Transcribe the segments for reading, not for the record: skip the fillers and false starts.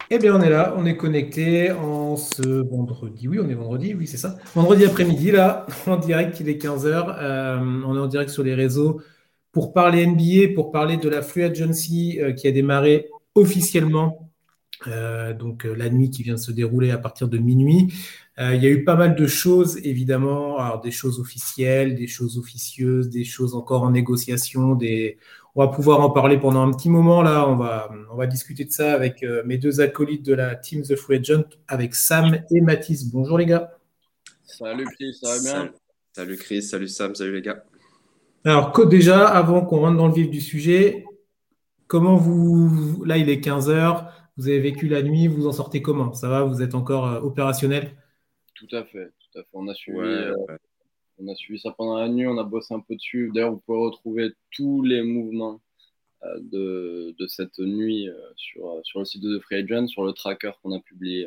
Eh bien, on est là, on est connecté en ce vendredi. Oui, on est vendredi, oui, c'est ça. Vendredi après-midi, là, en direct, il est 15 heures. On est en direct sur les réseaux pour parler NBA, pour parler de la Free Agency qui a démarré officiellement la nuit qui vient de se dérouler à partir de minuit. Il y a eu pas mal de choses, évidemment, alors des choses officielles, des choses officieuses, des choses encore en négociation, on va pouvoir en parler pendant un petit moment là. On va discuter de ça avec mes deux acolytes de la Team The Free Agent, avec Sam et Mathis. Bonjour les gars. Salut Chris, ça va bien? Salut, salut Chris, salut Sam, salut les gars. Alors déjà, avant qu'on rentre dans le vif du sujet, comment là il est 15 heures, vous avez vécu la nuit, vous en sortez comment? Ça va, vous êtes encore opérationnel? Tout à fait, tout à fait. Ouais, ouais. On a suivi ça pendant la nuit, on a bossé un peu dessus. D'ailleurs, vous pouvez retrouver tous les mouvements de cette nuit sur le site de The Free Agent, sur le tracker qu'on a publié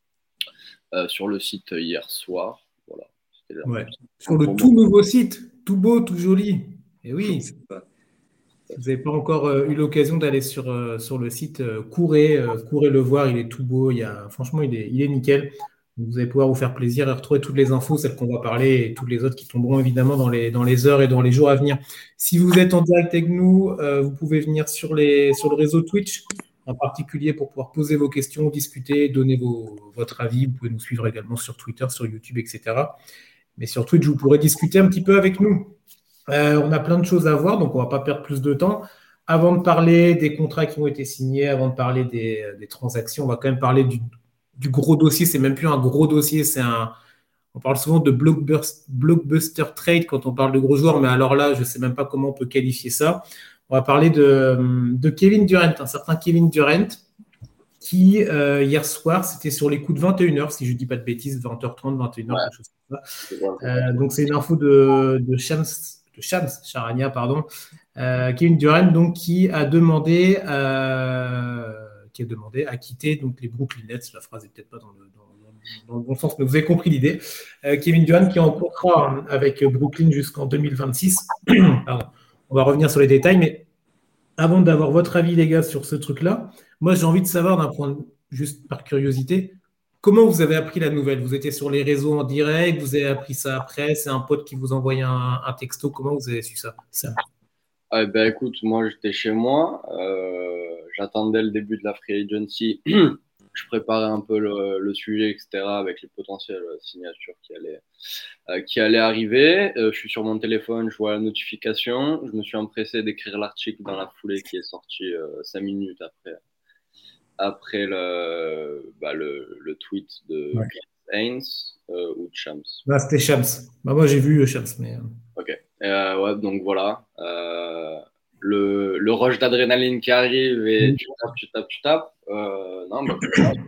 sur le site hier soir. Voilà, c'était un peu Ouais. plus Sur simple le pour moi. tout nouveau site, tout beau, tout joli. Et oui, C'est ça. si vous n'avez pas encore eu l'occasion d'aller sur le site, courez le voir, il est tout beau, franchement, il est nickel. Vous allez pouvoir vous faire plaisir et retrouver toutes les infos, celles qu'on va parler et toutes les autres qui tomberont évidemment dans les heures et dans les jours à venir. Si vous êtes en direct avec nous, vous pouvez venir sur le réseau Twitch en particulier pour pouvoir poser vos questions, discuter, donner votre avis. Vous pouvez nous suivre également sur Twitter, sur YouTube, etc. Mais sur Twitch, vous pourrez discuter un petit peu avec nous. On a plein de choses à voir, donc on ne va pas perdre plus de temps. Avant de parler des contrats qui ont été signés, avant de parler des transactions, on va quand même parler du gros dossier. C'est même plus un gros dossier, on parle souvent de blockbuster trade quand on parle de gros joueurs, mais alors là, je ne sais même pas comment on peut qualifier ça. On va parler de Kevin Durant, un certain Kevin Durant, qui hier soir, c'était sur les coups de 21h, si je ne dis pas de bêtises, 20h30, 21h, Ouais, quelque chose comme ça. c'est vrai. Donc c'est une info de Shams Charania, pardon. Kevin Durant, donc, qui a demandé à quitter donc, les Brooklyn Nets. La phrase n'est peut-être pas dans le bon sens, mais vous avez compris l'idée. Kevin Durant qui est en contrat avec Brooklyn jusqu'en 2026. Pardon. On va revenir sur les détails, mais avant d'avoir votre avis, les gars, sur ce truc-là, moi, j'ai envie de savoir, juste par curiosité, comment vous avez appris la nouvelle? Vous étiez sur les réseaux en direct, vous avez appris ça après, c'est un pote qui vous envoyait un texto, comment vous avez su ça? Ça. Ah, ben, écoute, moi j'étais chez moi, j'attendais le début de la Free Agency, je préparais un peu le sujet, etc., avec les potentielles signatures qui allaient arriver. Je suis sur mon téléphone, je vois la notification, je me suis empressé d'écrire l'article dans la foulée qui est sorti 5 minutes après le tweet de Ouais. Chris Haynes ou de Shams. Là, c'était Shams. Bah, moi, j'ai vu Shams, mais. Ok. Ouais, donc voilà. Le rush d'adrénaline qui arrive et tu tapes, tu tapes, tu tapes. Non, bah,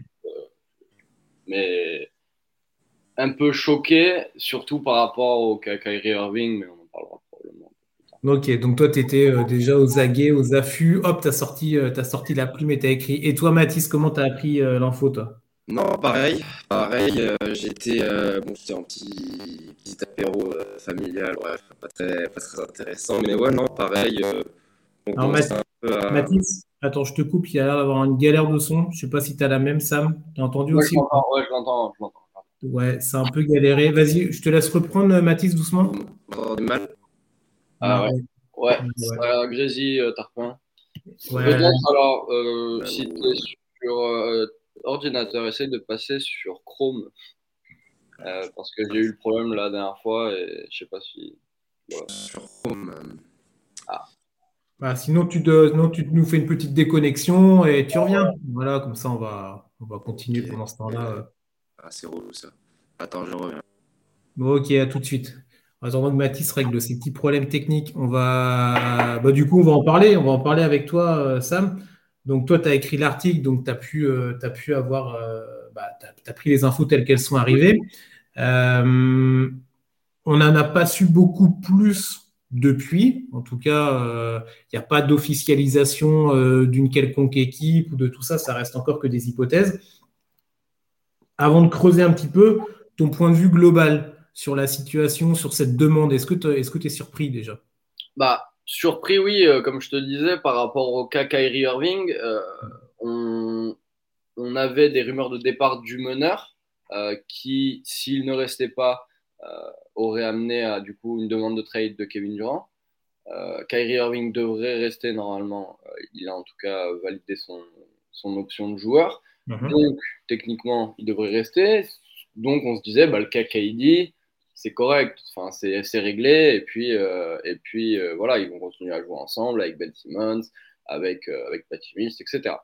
mais un peu choqué, surtout par rapport au cas Kyrie Irving, mais on en parlera probablement. Ok, donc toi, tu étais déjà aux aguets, aux affûts. Hop, t'as sorti la plume et t'as écrit. Et toi, Mathis, comment t'as appris l'info, toi? Non, pareil, c'était un petit apéro familial, bref, pas très intéressant, mais ouais, non, pareil, on Alors, commençait un peu à... Mathis, attends, je te coupe, il y a l'air d'avoir une galère de son. Je sais pas si tu as la même, Sam. T'as entendu Ouais, je aussi ou pas? l'entends, ouais, je l'entends, je l'entends. Ouais, c'est un peu galéré. Vas-y, je te laisse reprendre, Mathis, doucement. on va avoir du mal. Ah Non, ouais, ouais, ouais, ouais, Grésy, Tarpin. ouais. Peut-être alors, si tu es Euh, sur ordinateur, essaye de passer sur Chrome, parce que j'ai eu le problème la dernière fois et je sais pas si. Voilà. sur Chrome, Ah, Bah, sinon, tu nous fais une petite déconnexion et tu reviens. Voilà, comme ça, on va ok, continuer pendant ce temps-là. c'est relou ça. Attends, je reviens. Bon, ok, à tout de suite. En attendant que Mathis règle ses petits problèmes techniques, du coup, on va en parler. On va en parler avec toi, Sam. Donc, toi, tu as écrit l'article, donc t'as pu avoir, t'as pris les infos telles qu'elles sont arrivées. Euh, on n'en a pas su beaucoup plus depuis. En tout cas, il n'y a pas d'officialisation d'une quelconque équipe ou de tout ça. Ça reste encore que des hypothèses. Avant de creuser un petit peu, ton point de vue global sur la situation, sur cette demande, est-ce que tu es surpris déjà? bah, surpris, oui, comme je te disais, par rapport au cas Kyrie Irving, on, on avait des rumeurs de départ du meneur qui, s'il ne restait pas, aurait amené à du coup une demande de trade de Kevin Durant. Kyrie Irving devrait rester normalement. Il a en tout cas validé son option de joueur. Donc, techniquement, il devrait rester. Donc, on se disait, bah, le cas KD, c'est correct. Enfin, c'est réglé. Et puis voilà, ils vont continuer à jouer ensemble avec Ben Simmons, avec Patty Mills, etc.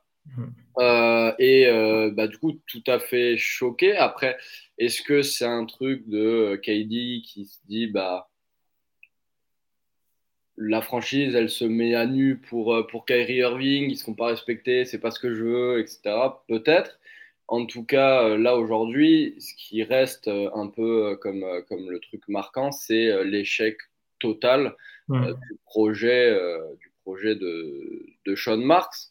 Bah, du coup, tout à fait choqué. Après, est-ce que c'est un truc de KD qui se dit, bah, la franchise, elle se met à nu pour Kyrie Irving, ils ne seront pas respectés, c'est pas ce que je veux, etc. Peut-être. En tout cas, là aujourd'hui, ce qui reste un peu comme le truc marquant, c'est l'échec total du projet de Sean Marks.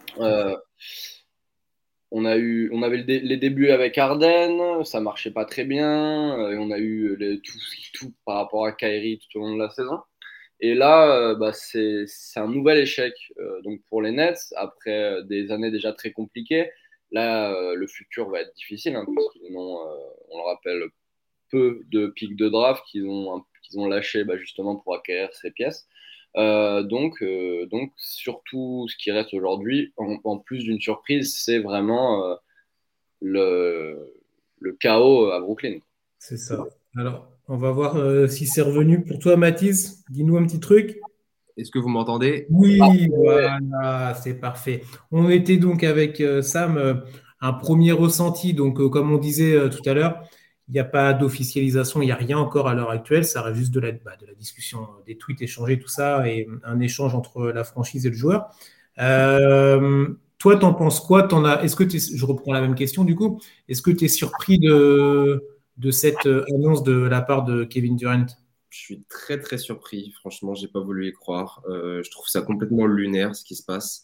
On avait les débuts avec Harden, ça marchait pas très bien, et on a eu tout par rapport à Kyrie tout au long de la saison. Et là, bah, c'est un nouvel échec donc pour les Nets, après des années déjà très compliquées. Là, le futur va être difficile, hein, puisqu'ils ont, on le rappelle, peu de pics de draft qu'ils ont lâché bah, justement pour acquérir ces pièces. Donc, surtout, ce qui reste aujourd'hui, en plus d'une surprise, c'est vraiment le, le chaos à Brooklyn. C'est ça. Alors, on va voir si c'est revenu pour toi, Mathis. Dis-nous un petit truc. Est-ce que vous m'entendez? Oui, voilà, c'est parfait. On était donc avec Sam, un premier ressenti. Donc, comme on disait tout à l'heure, il n'y a pas d'officialisation, il n'y a rien encore à l'heure actuelle. Ça reste juste de la discussion, des tweets échangés, tout ça, et un échange entre la franchise et le joueur. Toi, t'en penses quoi? Je reprends la même question du coup. Est-ce que tu es surpris de cette annonce de la part de Kevin Durant? Je suis très très surpris. Franchement, j'ai pas voulu y croire. Je trouve ça complètement lunaire ce qui se passe.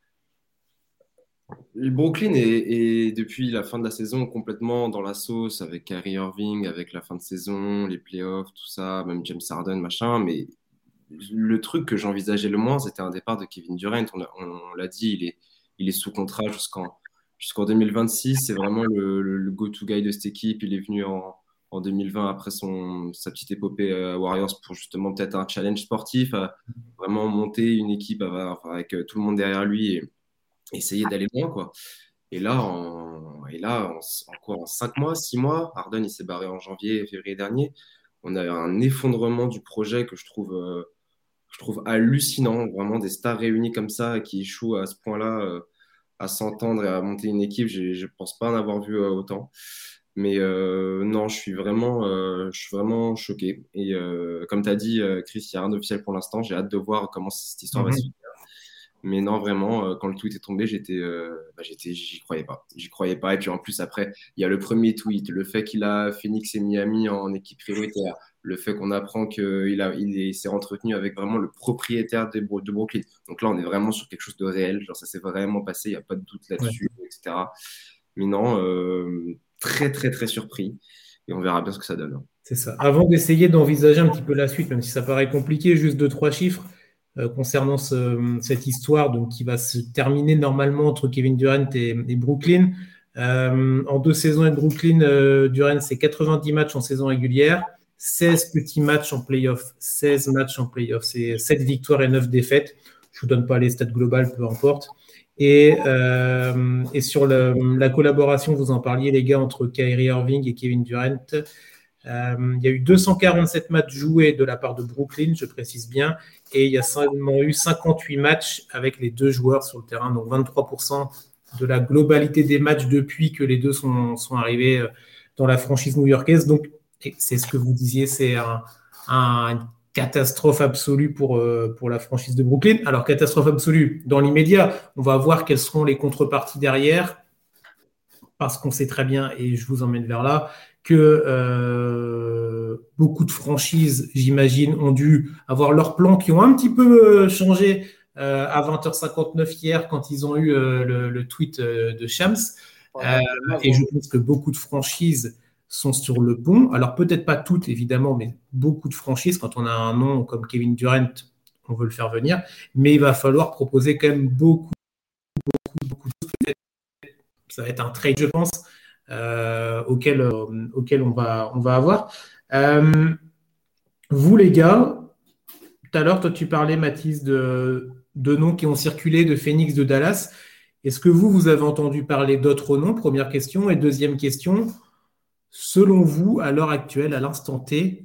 Brooklyn est depuis la fin de la saison complètement dans la sauce avec Kyrie Irving, avec la fin de saison, les playoffs, tout ça, même James Harden, machin. Mais le truc que j'envisageais le moins, c'était un départ de Kevin Durant. On l'a dit, il est sous contrat jusqu'en 2026. C'est vraiment le go-to guy de cette équipe. Il est venu en 2020 après sa petite épopée Warriors pour justement peut-être un challenge sportif, vraiment monter une équipe avec tout le monde derrière lui et essayer d'aller loin, quoi. En 5 mois, 6 mois, Harden il s'est barré en janvier et février dernier. On a un effondrement du projet que je trouve hallucinant. Vraiment des stars réunies comme ça qui échouent à ce point-là, à s'entendre et à monter une équipe. Je pense pas en avoir vu autant. Mais non, je suis vraiment choqué. Et comme tu as dit, Chris, il n'y a rien d'officiel pour l'instant. J'ai hâte de voir comment cette histoire va se finir. Mais non, vraiment, quand le tweet est tombé, j'y croyais pas. J'y croyais pas. Et puis en plus, après, il y a le premier tweet, le fait qu'il a Phoenix et Miami en équipe prioritaire, le fait qu'on apprend qu'il s'est entretenu avec vraiment le propriétaire de Brooklyn. Donc là, on est vraiment sur quelque chose de réel. Genre, ça s'est vraiment passé, il n'y a pas de doute là-dessus, etc. Mais non, très, très, très surpris. Et on verra bien ce que ça donne. C'est ça. Avant d'essayer d'envisager un petit peu la suite, même si ça paraît compliqué, juste 2-3 chiffres concernant cette histoire donc, qui va se terminer normalement entre Kevin Durant et Brooklyn. En 2 saisons avec Brooklyn, Durant, c'est 90 matchs en saison régulière, 16 petits matchs en playoff, 16 matchs en playoff. C'est 7 victoires et 9 défaites. Je ne vous donne pas les stats globales, peu importe. Et sur la collaboration, vous en parliez, les gars, entre Kyrie Irving et Kevin Durant, il y a eu 247 matchs joués de la part de Brooklyn, je précise bien, et il y a seulement eu 58 matchs avec les 2 joueurs sur le terrain, donc 23% de la globalité des matchs depuis que les 2 sont arrivés dans la franchise new-yorkaise. Donc, c'est ce que vous disiez, c'est une catastrophe absolue pour la franchise de Brooklyn. Alors, catastrophe absolue, dans l'immédiat, on va voir quelles seront les contreparties derrière, parce qu'on sait très bien, et je vous emmène vers là, que beaucoup de franchises, j'imagine, ont dû avoir leurs plans qui ont un petit peu changé à 20h59 hier quand ils ont eu le tweet de Shams. Et je pense que beaucoup de franchises sont sur le pont. Alors peut-être pas toutes, évidemment, mais beaucoup de franchises, quand on a un nom comme Kevin Durant, on veut le faire venir. Mais il va falloir proposer quand même beaucoup de choses ça va être un trade, je pense, auquel on va avoir. Vous, les gars, tout à l'heure, toi, tu parlais, Mathis, de noms qui ont circulé, de Phoenix, de Dallas. Est-ce que vous avez entendu parler d'autres noms? Première question. Et deuxième question, selon vous, à l'heure actuelle, à l'instant T,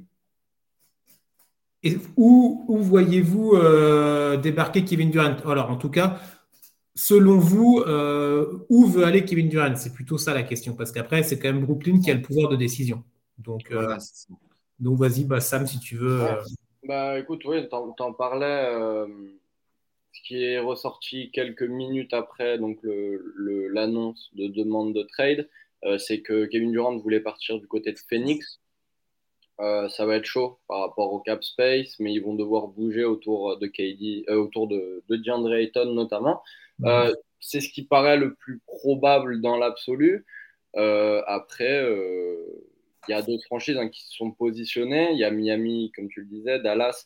où voyez-vous débarquer Kevin Durant? Alors, en tout cas, selon vous, où veut aller Kevin Durant? C'est plutôt ça la question, parce qu'après, c'est quand même Brooklyn qui a le pouvoir de décision. Donc, Voilà, vas-y, Sam, si tu veux. Bah écoute, oui, t'en parlais. Ce qui est ressorti quelques minutes après donc l'annonce de demande de trade, c'est que Kevin Durant voulait partir du côté de Phoenix. Ça va être chaud par rapport au cap space, mais ils vont devoir bouger autour de KD, autour de DeAndre Ayton notamment. C'est ce qui paraît le plus probable dans l'absolu. Après, il y a d'autres franchises qui se sont positionnées. Il y a Miami, comme tu le disais, Dallas.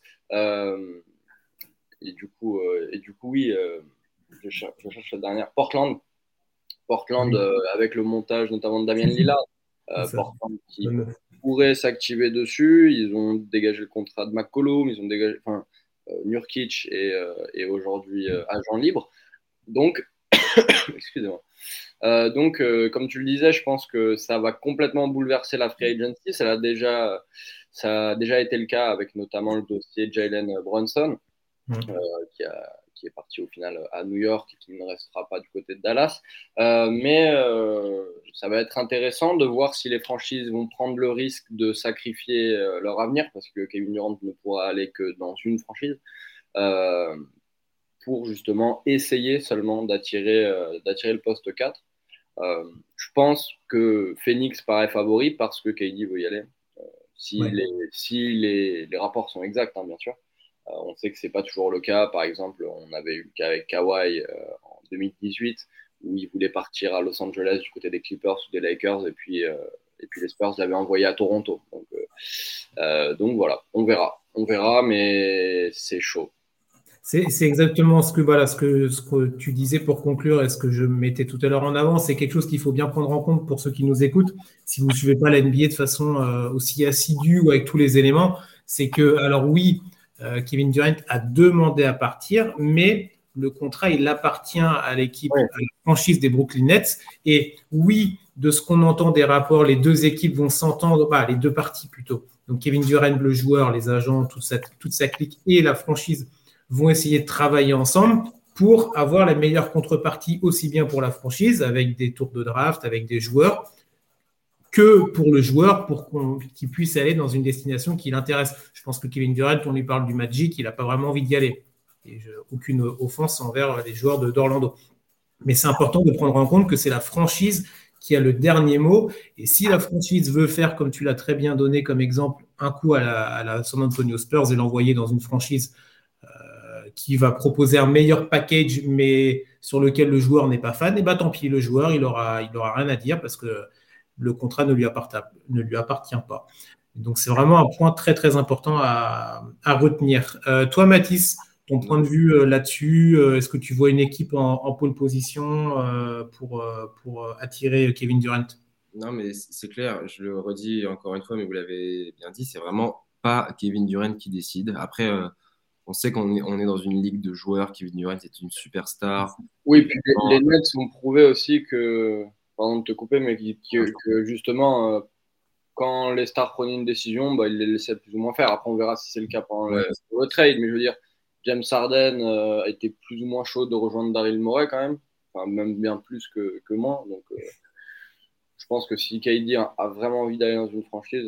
Et du coup, oui, je cherche la dernière. Portland, avec le montage notamment de Damian Lillard. C'est ça. Portland qui pourrait s'activer dessus. Ils ont dégagé le contrat de McCollum, ils ont dégagé, Nurkic et aujourd'hui agent libre. Donc, excusez-moi. Comme tu le disais, je pense que ça va complètement bouleverser la free agency. Ça a déjà été le cas avec notamment le dossier Jalen Brunson, qui est parti au final à New York et qui ne restera pas du côté de Dallas. Mais ça va être intéressant de voir si les franchises vont prendre le risque de sacrifier leur avenir, parce que Kevin Durant ne pourra aller que dans une franchise, pour justement essayer seulement d'attirer le poste 4. Je pense que Phoenix paraît favori parce que KD veut y aller. Si les rapports sont exacts, bien sûr. On sait que c'est pas toujours le cas. Par exemple, on avait eu le cas avec Kawhi en 2018 où il voulait partir à Los Angeles du côté des Clippers ou des Lakers et puis les Spurs l'avaient envoyé à Toronto. Donc voilà, on verra, mais c'est chaud. C'est exactement ce que tu disais pour conclure et ce que je mettais tout à l'heure en avant. C'est quelque chose qu'il faut bien prendre en compte pour ceux qui nous écoutent. Si vous ne suivez pas la NBA de façon aussi assidue ou avec tous les éléments, c'est que, alors oui, Kevin Durant a demandé à partir, mais le contrat, il appartient à l'équipe, à la franchise des Brooklyn Nets. Et oui, de ce qu'on entend des rapports, les deux équipes vont s'entendre, les deux parties plutôt. Donc Kevin Durant, le joueur, les agents, toute sa clique et la franchise vont essayer de travailler ensemble pour avoir la meilleure contrepartie aussi bien pour la franchise avec des tours de draft, avec des joueurs, que pour le joueur pour qu'il puisse aller dans une destination qui l'intéresse. Je pense que Kevin Durant, on lui parle du Magic, il n'a pas vraiment envie d'y aller. Et aucune offense envers les joueurs d'Orlando. Mais c'est important de prendre en compte que c'est la franchise qui a le dernier mot. Et si la franchise veut faire, comme tu l'as très bien donné comme exemple, un coup à la San Antonio Spurs et l'envoyer dans une franchise qui va proposer un meilleur package, mais sur lequel le joueur n'est pas fan, et tant pis, le joueur, il aura rien à dire parce que le contrat ne lui appartient pas. Donc, c'est vraiment un point très, très important à retenir. Toi, Mathis, ton point de vue là-dessus, est-ce que tu vois une équipe en pole position pour attirer Kevin Durant? Non, mais c'est clair, je le redis encore une fois, mais vous l'avez bien dit, c'est vraiment pas Kevin Durant qui décide. Après, on sait qu'on est dans une ligue de joueurs. Kevin Durant est une superstar. Oui, puis les Nets ont prouvé aussi que, pardon de te couper, mais que justement, quand les stars prenaient une décision, ils les laissaient plus ou moins faire. Après, on verra si c'est le cas pendant le trade. Mais je veux dire, James Harden était plus ou moins chaud de rejoindre Daryl Morey quand même. Enfin, même bien plus que moi. Donc, je pense que si KD a vraiment envie d'aller dans une franchise,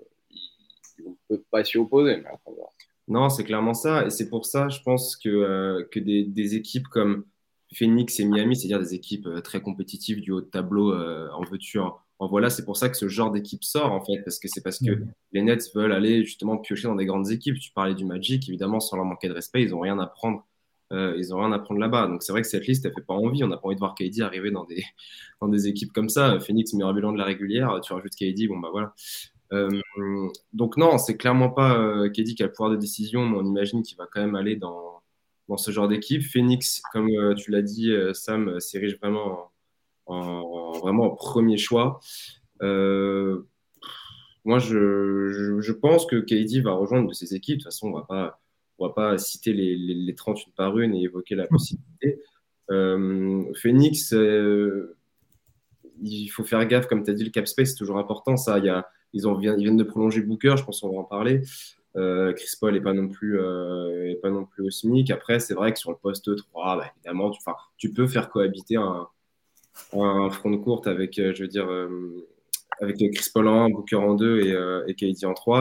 il ne peut pas s'y opposer. Mais après, on verra. Non, c'est clairement ça. Et c'est pour ça, je pense que des équipes comme Phoenix et Miami, c'est-à-dire des équipes très compétitives du haut de tableau, en veux-tu, en voilà, c'est pour ça que ce genre d'équipe sort, en fait, parce que les Nets veulent aller justement piocher dans des grandes équipes. Tu parlais du Magic, évidemment, sans leur manquer de respect, ils n'ont rien à prendre. Ils ont rien à prendre là-bas. Donc c'est vrai que cette liste, elle fait pas envie. On n'a pas envie de voir KD arriver dans des équipes comme ça. Phoenix, meilleur bilan de la régulière, tu rajoutes KD, bon bah voilà. Donc non, c'est clairement pas KD qui a le pouvoir de décision, mais on imagine qu'il va quand même aller dans ce genre d'équipe. Phoenix, comme tu l'as dit, Sam, s'érige vraiment vraiment en premier choix. Moi, je pense que KD va rejoindre une de ces équipes. De toute façon, on va pas citer les 31 par une et évoquer la possibilité. Phoenix, il faut faire gaffe, comme tu as dit, le cap space, c'est toujours important. Ça, ils viennent de prolonger Booker, je pense qu'on va en parler. Chris Paul est pas non plus au SMIC. Après, c'est vrai que sur le poste 3, bah, évidemment, tu peux faire cohabiter un front de courte avec, je veux dire, avec Chris Paul en 1, Booker en 2 et KD en 3.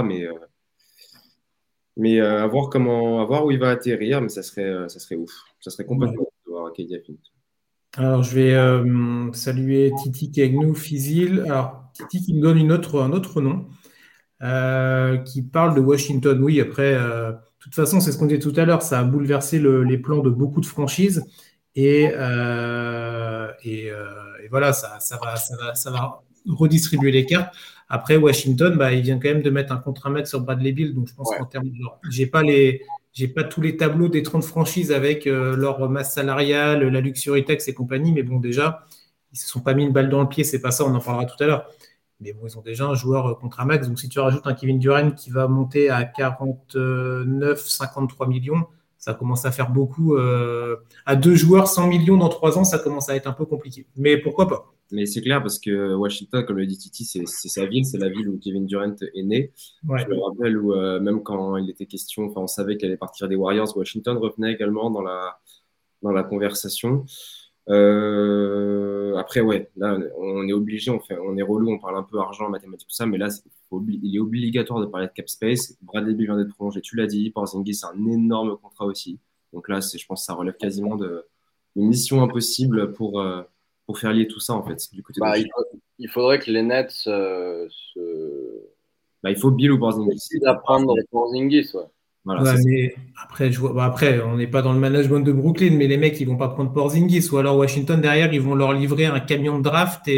Mais à voir où il va atterrir, mais ça serait ouf. Ça serait Ouais. complètement ouf de voir KD à Phoenix. Alors, je vais saluer Titi qui est avec nous, Fizil. Alors, Titi qui me donne un autre nom, qui parle de Washington. Oui, après, de toute façon, c'est ce qu'on disait tout à l'heure, ça a bouleversé les plans de beaucoup de franchises. Et voilà, ça va redistribuer les cartes. Après, Washington, bah, il vient quand même de mettre un contre-un-mètre sur Bradley Beal. Donc, je pense Ouais. qu'en termes de. J'ai pas tous les tableaux des 30 franchises avec leur masse salariale, la luxury tax et compagnie. Mais bon, déjà, ils se sont pas mis une balle dans le pied. C'est pas ça, on en parlera tout à l'heure. Mais bon, ils ont déjà un joueur contre un max. Donc, si tu rajoutes un Kevin Durant qui va monter à 49, 53 millions, ça commence à faire beaucoup. À deux joueurs, 100 millions dans 3 ans, ça commence à être un peu compliqué. Mais pourquoi pas? Mais c'est clair parce que Washington, comme le dit Titi, c'est sa ville, c'est la ville où Kevin Durant est né. Je Ouais. me rappelle où même quand il était question, enfin on savait qu'elle allait partir des Warriors, Washington revenait également dans la conversation. Après ouais, là on est obligé, on est relou, on parle un peu argent, mathématiques, tout ça, mais là il est obligatoire de parler de cap space. Bradley Beal vient d'être prolongé, tu l'as dit, Porzingis c'est un énorme contrat aussi. Donc là je pense que ça relève quasiment d'une mission impossible pour faire lier tout ça, en fait, du côté de Bah, Washington. il faudrait que les Nets Bah, il faut Bill ou Porzingis. décident à prendre Porzingis. Ouais. Voilà, Ouais, c'est ça. mais après, après, on n'est pas dans le management de Brooklyn, mais les mecs, ils vont pas prendre Porzingis. Ou alors Washington, derrière, ils vont leur livrer un camion de draft.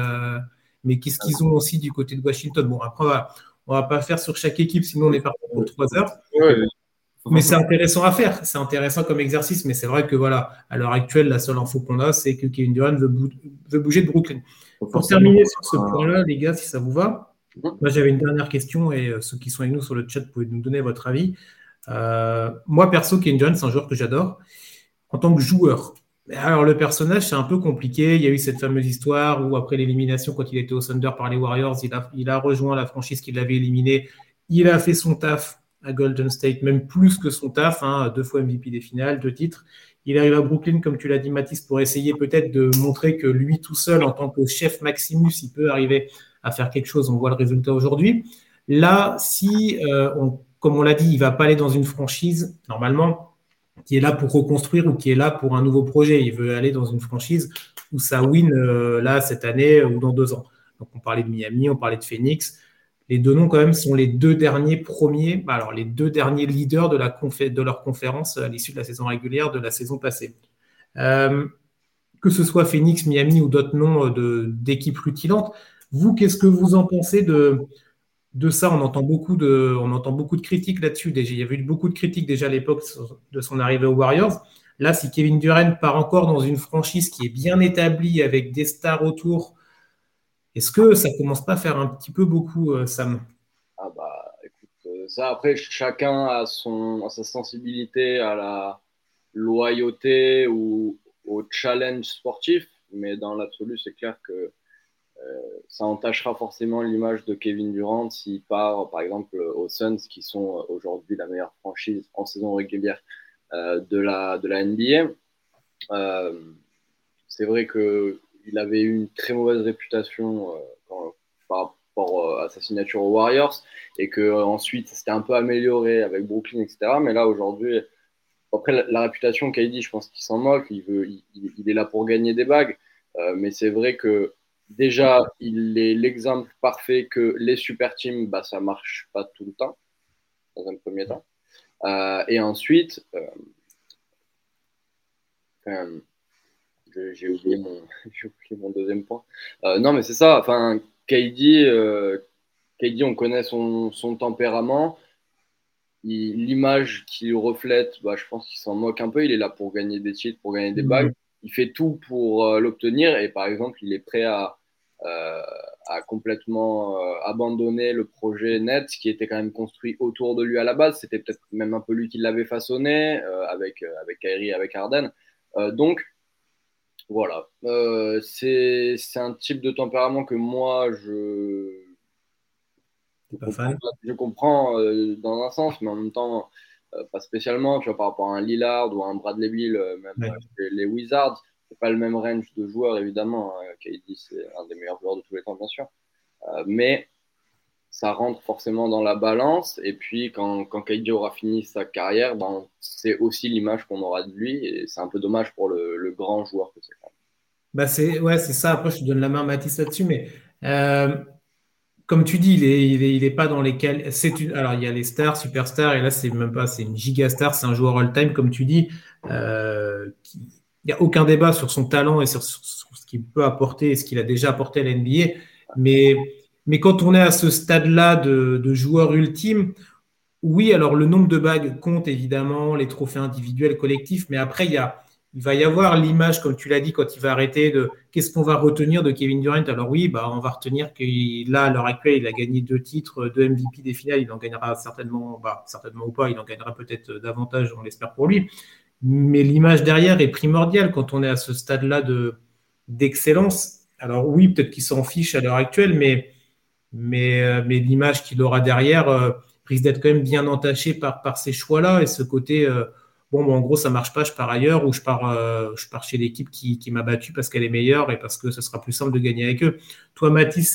Mais qu'est-ce qu'ils ont aussi du côté de Washington? Bon, après, voilà, on va pas faire sur chaque équipe, sinon on est parti pour 3 heures. Ouais. Faut Mais c'est forcément- intéressant à faire. C'est intéressant comme exercice. Mais c'est vrai que voilà, à l'heure actuelle, la seule info qu'on a, c'est que Kevin Durant veut bouger de Brooklyn. faut Pour forcément terminer sur ce avoir point-là, les gars, si ça vous va, Mhm. moi j'avais une dernière question et ceux qui sont avec nous sur le chat, pouvez nous donner votre avis. Moi, perso, Kevin Durant, c'est un joueur que j'adore en tant que joueur. Alors, le personnage, c'est un peu compliqué. Il y a eu cette fameuse histoire où, après l'élimination, quand il était au Thunder par les Warriors, il a rejoint la franchise qui l'avait éliminé. Il a fait son taf à Golden State, même plus que son taf, hein, 2 fois MVP des finales, 2 titres. Il arrive à Brooklyn, comme tu l'as dit, Mathis, pour essayer peut-être de montrer que lui tout seul, en tant que chef Maximus, il peut arriver à faire quelque chose. On voit le résultat aujourd'hui. Là, si, comme on l'a dit, il ne va pas aller dans une franchise, normalement, qui est là pour reconstruire ou qui est là pour un nouveau projet. Il veut aller dans une franchise où ça win là cette année ou dans 2 ans. Donc on parlait de Miami, on parlait de Phoenix. Les deux noms quand même sont les deux derniers premiers, alors les deux derniers leaders de leur conférence à l'issue de la saison régulière de la saison passée. Euh, que ce soit Phoenix, Miami ou d'autres noms d'équipes rutilantes, vous, qu'est-ce que vous en pensez de ça? On entend beaucoup de critiques là-dessus. Déjà, il y avait eu beaucoup de critiques déjà à l'époque de son arrivée aux Warriors. Là, si Kevin Durant part encore dans une franchise qui est bien établie avec des stars autour, est-ce que ça commence pas à faire un petit peu beaucoup, Sam? Ah bah, écoute, ça après, chacun a sa sensibilité à la loyauté ou au challenge sportif, mais dans l'absolu, c'est clair que ça entachera forcément l'image de Kevin Durant s'il part, par exemple, aux Suns, qui sont aujourd'hui la meilleure franchise en saison régulière de la NBA. Euh, c'est vrai qu'il avait eu une très mauvaise réputation par rapport à sa signature aux Warriors et qu'ensuite, ça s'était un peu amélioré avec Brooklyn, etc. Mais là, aujourd'hui, après la réputation KD, je pense qu'il s'en moque. Il est là pour gagner des bagues. Mais c'est vrai que déjà, il est l'exemple parfait que les super teams, bah, ça marche pas tout le temps, dans un premier temps. Et ensuite, enfin, j'ai oublié j'ai oublié mon deuxième point. Non, mais c'est ça. Enfin, KD, on connaît son tempérament. L'image qu'il reflète, bah, je pense qu'il s'en moque un peu. Il est là pour gagner des titres, pour gagner des bagues. il fait tout pour l'obtenir et par exemple, il est prêt euh, à complètement abandonner le projet Nets qui était quand même construit autour de lui à la base. C'était peut-être même un peu lui qui l'avait façonné avec Kyrie, avec Harden. Donc, voilà. C'est un type de tempérament que moi, T'es pas fan? je comprends dans un sens, mais en même temps, pas spécialement. Tu vois, par rapport à un Lillard ou à un Bradley Beal, même Ouais. chez les Wizards, c'est pas le même range de joueurs, évidemment. KD, c'est un des meilleurs joueurs de tous les temps, bien sûr. Mais ça rentre forcément dans la balance. Et puis, quand KD aura fini sa carrière, ben, c'est aussi l'image qu'on aura de lui. Et c'est un peu dommage pour le grand joueur que c'est. Bah c'est ça. Après, je te donne la main, Mathis, là-dessus. Mais comme tu dis, il est pas dans lesquels. Alors, il y a les stars, superstars, et là, c'est même pas, c'est une giga star, c'est un joueur all-time, comme tu dis. Il n'y a aucun débat sur son talent et sur ce qu'il peut apporter et ce qu'il a déjà apporté à la NBA. Mais quand on est à ce stade-là de joueur ultime, oui, alors le nombre de bagues compte évidemment, les trophées individuels, collectifs, mais après, il va y avoir l'image, comme tu l'as dit, quand il va arrêter de qu'est-ce qu'on va retenir de Kevin Durant. Alors oui, bah, on va retenir que là, à l'heure actuelle, il a gagné 2 titres, 2 MVP des finales, il en gagnera certainement, bah, certainement ou pas, il en gagnera peut-être davantage, on l'espère pour lui. Mais l'image derrière est primordiale quand on est à ce stade-là d'excellence. Alors oui, peut-être qu'il s'en fiche à l'heure actuelle, mais l'image qu'il aura derrière risque d'être quand même bien entachée par ces choix-là et ce côté, bon, en gros, ça marche pas, je pars ailleurs ou je pars chez l'équipe qui m'a battu parce qu'elle est meilleure et parce que ce sera plus simple de gagner avec eux. Toi, Mathis,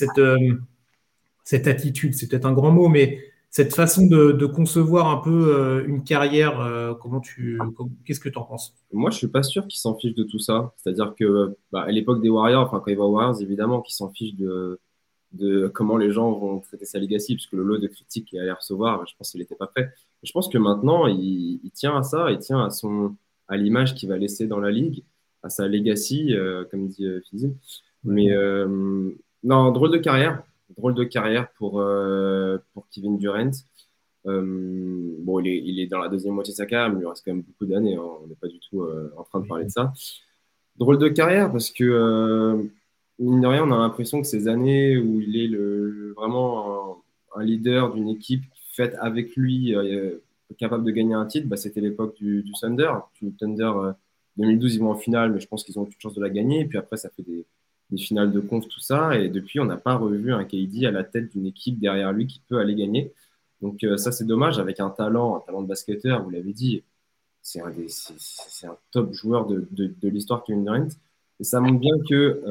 cette attitude, c'est peut-être un grand mot, mais cette façon de concevoir un peu une carrière, qu'est-ce que tu en penses? Moi, je suis pas sûr qu'ils s'en fichent de tout ça. C'est-à-dire que bah, à l'époque des Warriors, enfin quand il va aux Warriors, évidemment qu'ils s'en fichent de comment les gens vont traiter sa legacy, puisque le lot de critiques qu'il allait recevoir, bah, je pense qu'il n'était pas prêt. Mais je pense que maintenant, il tient à ça, il tient à l'image qu'il va laisser dans la ligue, à sa legacy, comme dit Fizzy. Mais non, drôle de carrière pour Kevin Durant. Bon, il est dans la deuxième moitié de sa carrière, mais il lui reste quand même beaucoup d'années, hein. On n'est pas du tout en train de parler de ça. Drôle de carrière parce que, mine de rien, on a l'impression que ces années où il est vraiment un leader d'une équipe faite avec lui, capable de gagner un titre, bah, c'était l'époque du Thunder. Du Thunder 2012, ils vont en finale, mais je pense qu'ils ont toute chance de la gagner. Et puis après, ça fait des finales de conf, tout ça. Et depuis, on n'a pas revu un KD à la tête d'une équipe derrière lui qui peut aller gagner. Donc ça, c'est dommage, avec un talent de basketteur, vous l'avez dit, c'est un top joueur de l'histoire, Kevin Durant. Et ça montre bien que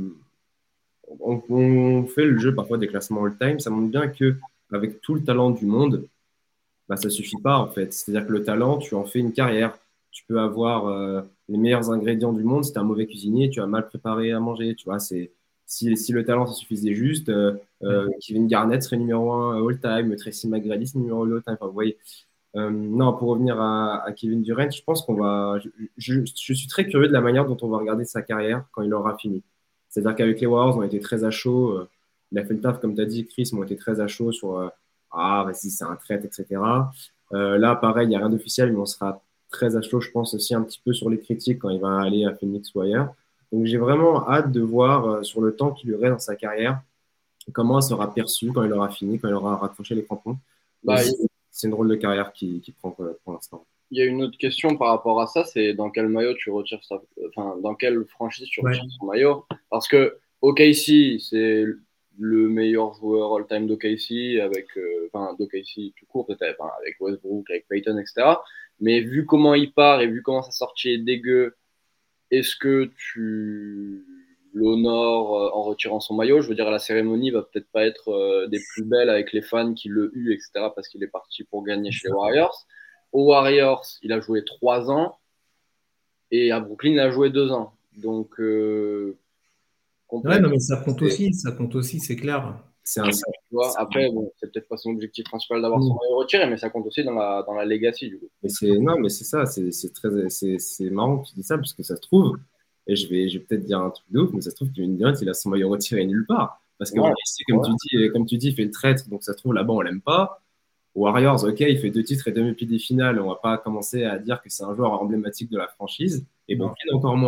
on fait le jeu parfois des classements all-time, ça montre bien que avec tout le talent du monde, bah, ça suffit pas en fait. C'est-à-dire que le talent, tu en fais une carrière. Tu peux avoir les meilleurs ingrédients du monde. Si tu es un mauvais cuisinier, tu as mal préparé à manger. Tu vois, si le talent, ça suffisait juste, Kevin Garnett serait numéro 1 all-time, Tracy McGrady serait numéro 1 all-time. Enfin, vous voyez. Non, pour revenir à Kevin Durant, je pense qu'on va. Je suis très curieux de la manière dont on va regarder sa carrière quand il aura fini. C'est-à-dire qu'avec les Warriors, on a été très à chaud. Il a fait le taf, comme tu as dit, Chris, on a été très à chaud sur ah, vas-y, c'est un traître, etc. Là, pareil, il n'y a rien d'officiel, mais on sera très à chaud, je pense, aussi un petit peu sur les critiques quand il va aller à Phoenix ou ailleurs. Donc, j'ai vraiment hâte de voir sur le temps qu'il aurait dans sa carrière comment il sera perçu quand il aura fini, quand il aura raccroché les crampons. Bah, C'est une drôle de carrière qui prend pour l'instant. il y a une autre question par rapport à ça, c'est dans quel maillot tu retires ça, enfin, dans quelle franchise tu retires son maillot? Parce que OKC, c'est le meilleur joueur all-time d'OKC, enfin, d'OKC tout court peut-être, enfin, avec Westbrook, avec Payton, etc. Mais vu comment il part et vu comment sa sortie est dégueu, est-ce que tu l'honores en retirant son maillot? Je veux dire, la cérémonie va peut-être pas être des plus belles avec les fans qui le huent, etc., parce qu'il est parti pour gagner chez les Warriors. Aux Warriors, il a joué 3 ans et à Brooklyn, il a joué 2 ans. Donc, Ouais, complexe. non, mais ça compte aussi, c'est clair. C'est un, Tu vois. Après, bon, c'est peut-être pas son objectif principal d'avoir son maillot retiré, mais ça compte aussi dans la legacy, du coup. non, mais c'est ça, c'est marrant que tu dis ça, parce que ça se trouve, et je vais peut-être dire un truc de ouf, mais ça se trouve qu'une Durant, il a son maillot retiré nulle part. Parce que Ouais, ici, comme tu dis, il fait le traître, donc ça se trouve là-bas, on l'aime pas. Warriors, ok, il fait 2 titres et 2 MVP des finales, on va pas commencer à dire que c'est un joueur emblématique de la franchise, et Non. Brooklyn encore moins.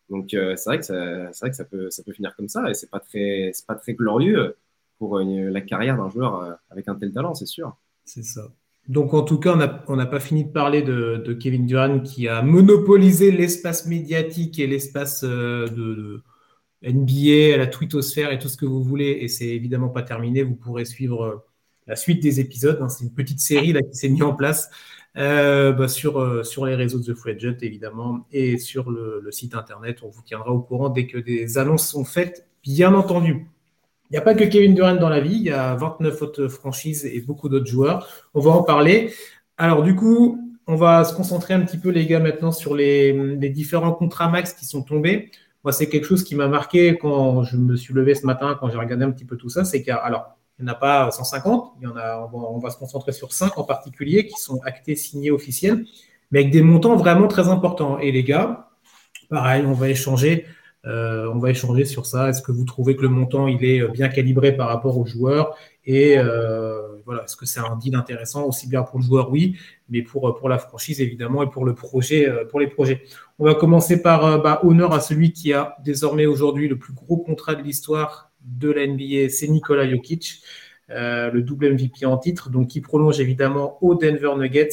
Donc, c'est vrai que ça peut finir comme ça et c'est pas très glorieux pour la carrière d'un joueur avec un tel talent, c'est sûr. C'est ça. Donc, en tout cas, on n'a pas fini de parler de Kevin Durant qui a monopolisé l'espace médiatique et l'espace de NBA, la twittosphère et tout ce que vous voulez. Et c'est évidemment pas terminé. Vous pourrez suivre la suite des épisodes, hein. C'est une petite série là, qui s'est mise en place sur les réseaux de The Free Agent, évidemment, et sur le site internet. On vous tiendra au courant dès que des annonces sont faites, bien entendu. Il n'y a pas que Kevin Durant dans la vie, il y a 29 autres franchises et beaucoup d'autres joueurs. On va en parler. Alors du coup, on va se concentrer un petit peu, les gars, maintenant sur les différents contrats max qui sont tombés. Moi, c'est quelque chose qui m'a marqué quand je me suis levé ce matin, quand j'ai regardé un petit peu tout ça. C'est qu'il n'y en a pas 150, on va se concentrer sur 5 en particulier qui sont actés, signés, officiels, mais avec des montants vraiment très importants. Et les gars, pareil, on va échanger sur ça. Est-ce que vous trouvez que le montant il est bien calibré par rapport aux joueurs? Et voilà, est-ce que c'est un deal intéressant aussi bien pour le joueur? Oui, mais pour la franchise évidemment et pour le projet, pour les projets. On va commencer par honneur à celui qui a désormais aujourd'hui le plus gros contrat de l'histoire de la NBA, c'est Nikola Jokic, le double MVP en titre, donc qui prolonge évidemment aux Denver Nuggets.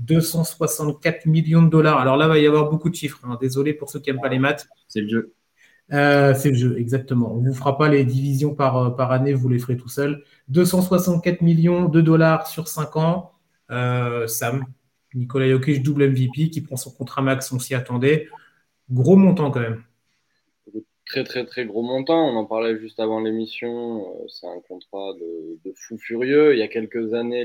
264 millions de dollars. Alors là, il va y avoir beaucoup de chiffres, hein. Désolé pour ceux qui n'aiment pas les maths. C'est le jeu. C'est le jeu, exactement. On ne vous fera pas les divisions par année, vous les ferez tout seul. 264 millions de dollars sur 5 ans. Sam, Nikola Jokic, double MVP, qui prend son contrat max, on s'y attendait. Gros montant quand même. Très très très gros montant, on en parlait juste avant l'émission, c'est un contrat de fou furieux. Il y a quelques années,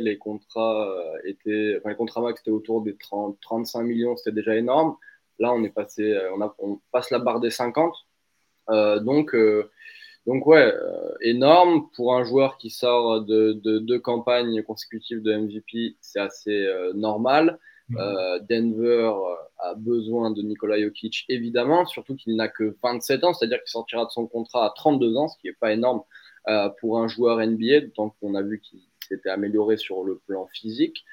les contrats max étaient autour des 30-35 millions, c'était déjà énorme. Là, on est passé, on passe la barre des 50. Euh, donc, euh, donc ouais, énorme pour un joueur qui sort de deux campagnes consécutives de MVP, c'est assez normal. Denver a besoin de Nikola Jokic, évidemment, surtout qu'il n'a que 27 ans, c'est-à-dire qu'il sortira de son contrat à 32 ans, ce qui n'est pas énorme pour un joueur NBA, d'autant qu'on a vu qu'il s'était amélioré sur le plan physique.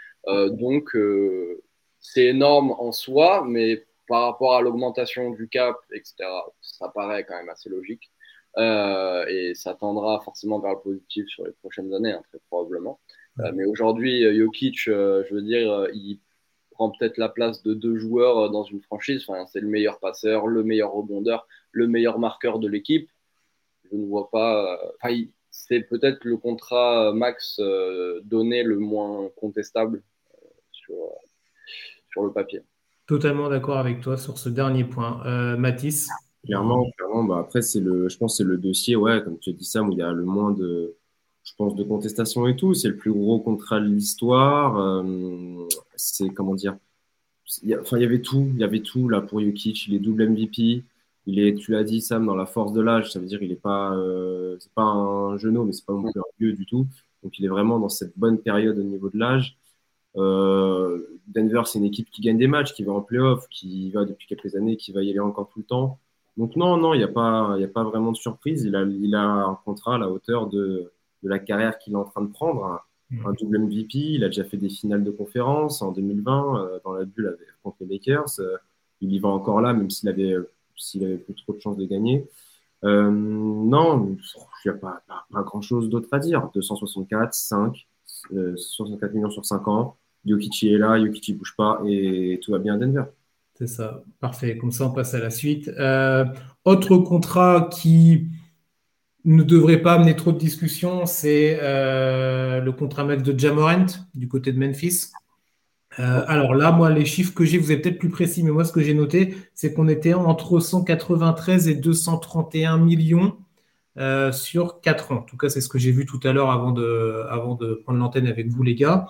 C'est énorme en soi, mais par rapport à l'augmentation du cap, etc., ça paraît quand même assez logique. Et ça tendra forcément vers le positif sur les prochaines années, hein, très probablement. Mais aujourd'hui, Jokic, je veux dire, il prend peut-être la place de deux joueurs dans une franchise. Enfin, c'est le meilleur passeur, le meilleur rebondeur, le meilleur marqueur de l'équipe. Je ne vois pas. C'est peut-être le contrat max donné le moins contestable sur, sur le papier. Totalement d'accord avec toi sur ce dernier point. Mathis? Clairement, bah après, je pense que c'est le dossier, ouais, comme tu as dit, Sam, où il y a le moins je pense, de contestation et tout. C'est le plus gros contrat de l'histoire. C'est, comment dire, enfin, il y avait tout là pour Jokic. Il est double MVP. Tu l'as dit, Sam, dans la force de l'âge. Ça veut dire il est pas, c'est pas un genou, mais c'est pas non plus un vieux du tout. Donc, il est vraiment dans cette bonne période au niveau de l'âge. Denver, c'est une équipe qui gagne des matchs, qui va en playoff, qui y va depuis quelques années, qui va y aller encore tout le temps. Donc non, il y a pas vraiment de surprise. Il a un contrat à la hauteur de la carrière qu'il est en train de prendre, un double MVP. Il a déjà fait des finales de conférence en 2020 dans la bulle contre les Lakers. Il y va encore là, même s'il avait plus trop de chances de gagner. Non, il n'y a pas grand-chose d'autre à dire. 264, 5, 64 millions sur 5 ans. Jokic est là, Jokic ne bouge pas et tout va bien à Denver. C'est ça, parfait. Comme ça, on passe à la suite. Autre contrat qui ne devrait pas amener trop de discussion, c'est le contrat max de Ja Morant du côté de Memphis. Alors là, moi, les chiffres que j'ai, vous êtes peut-être plus précis, mais moi, ce que j'ai noté, c'est qu'on était entre 193 et 231 millions sur 4 ans. En tout cas, c'est ce que j'ai vu tout à l'heure avant de prendre l'antenne avec vous, les gars.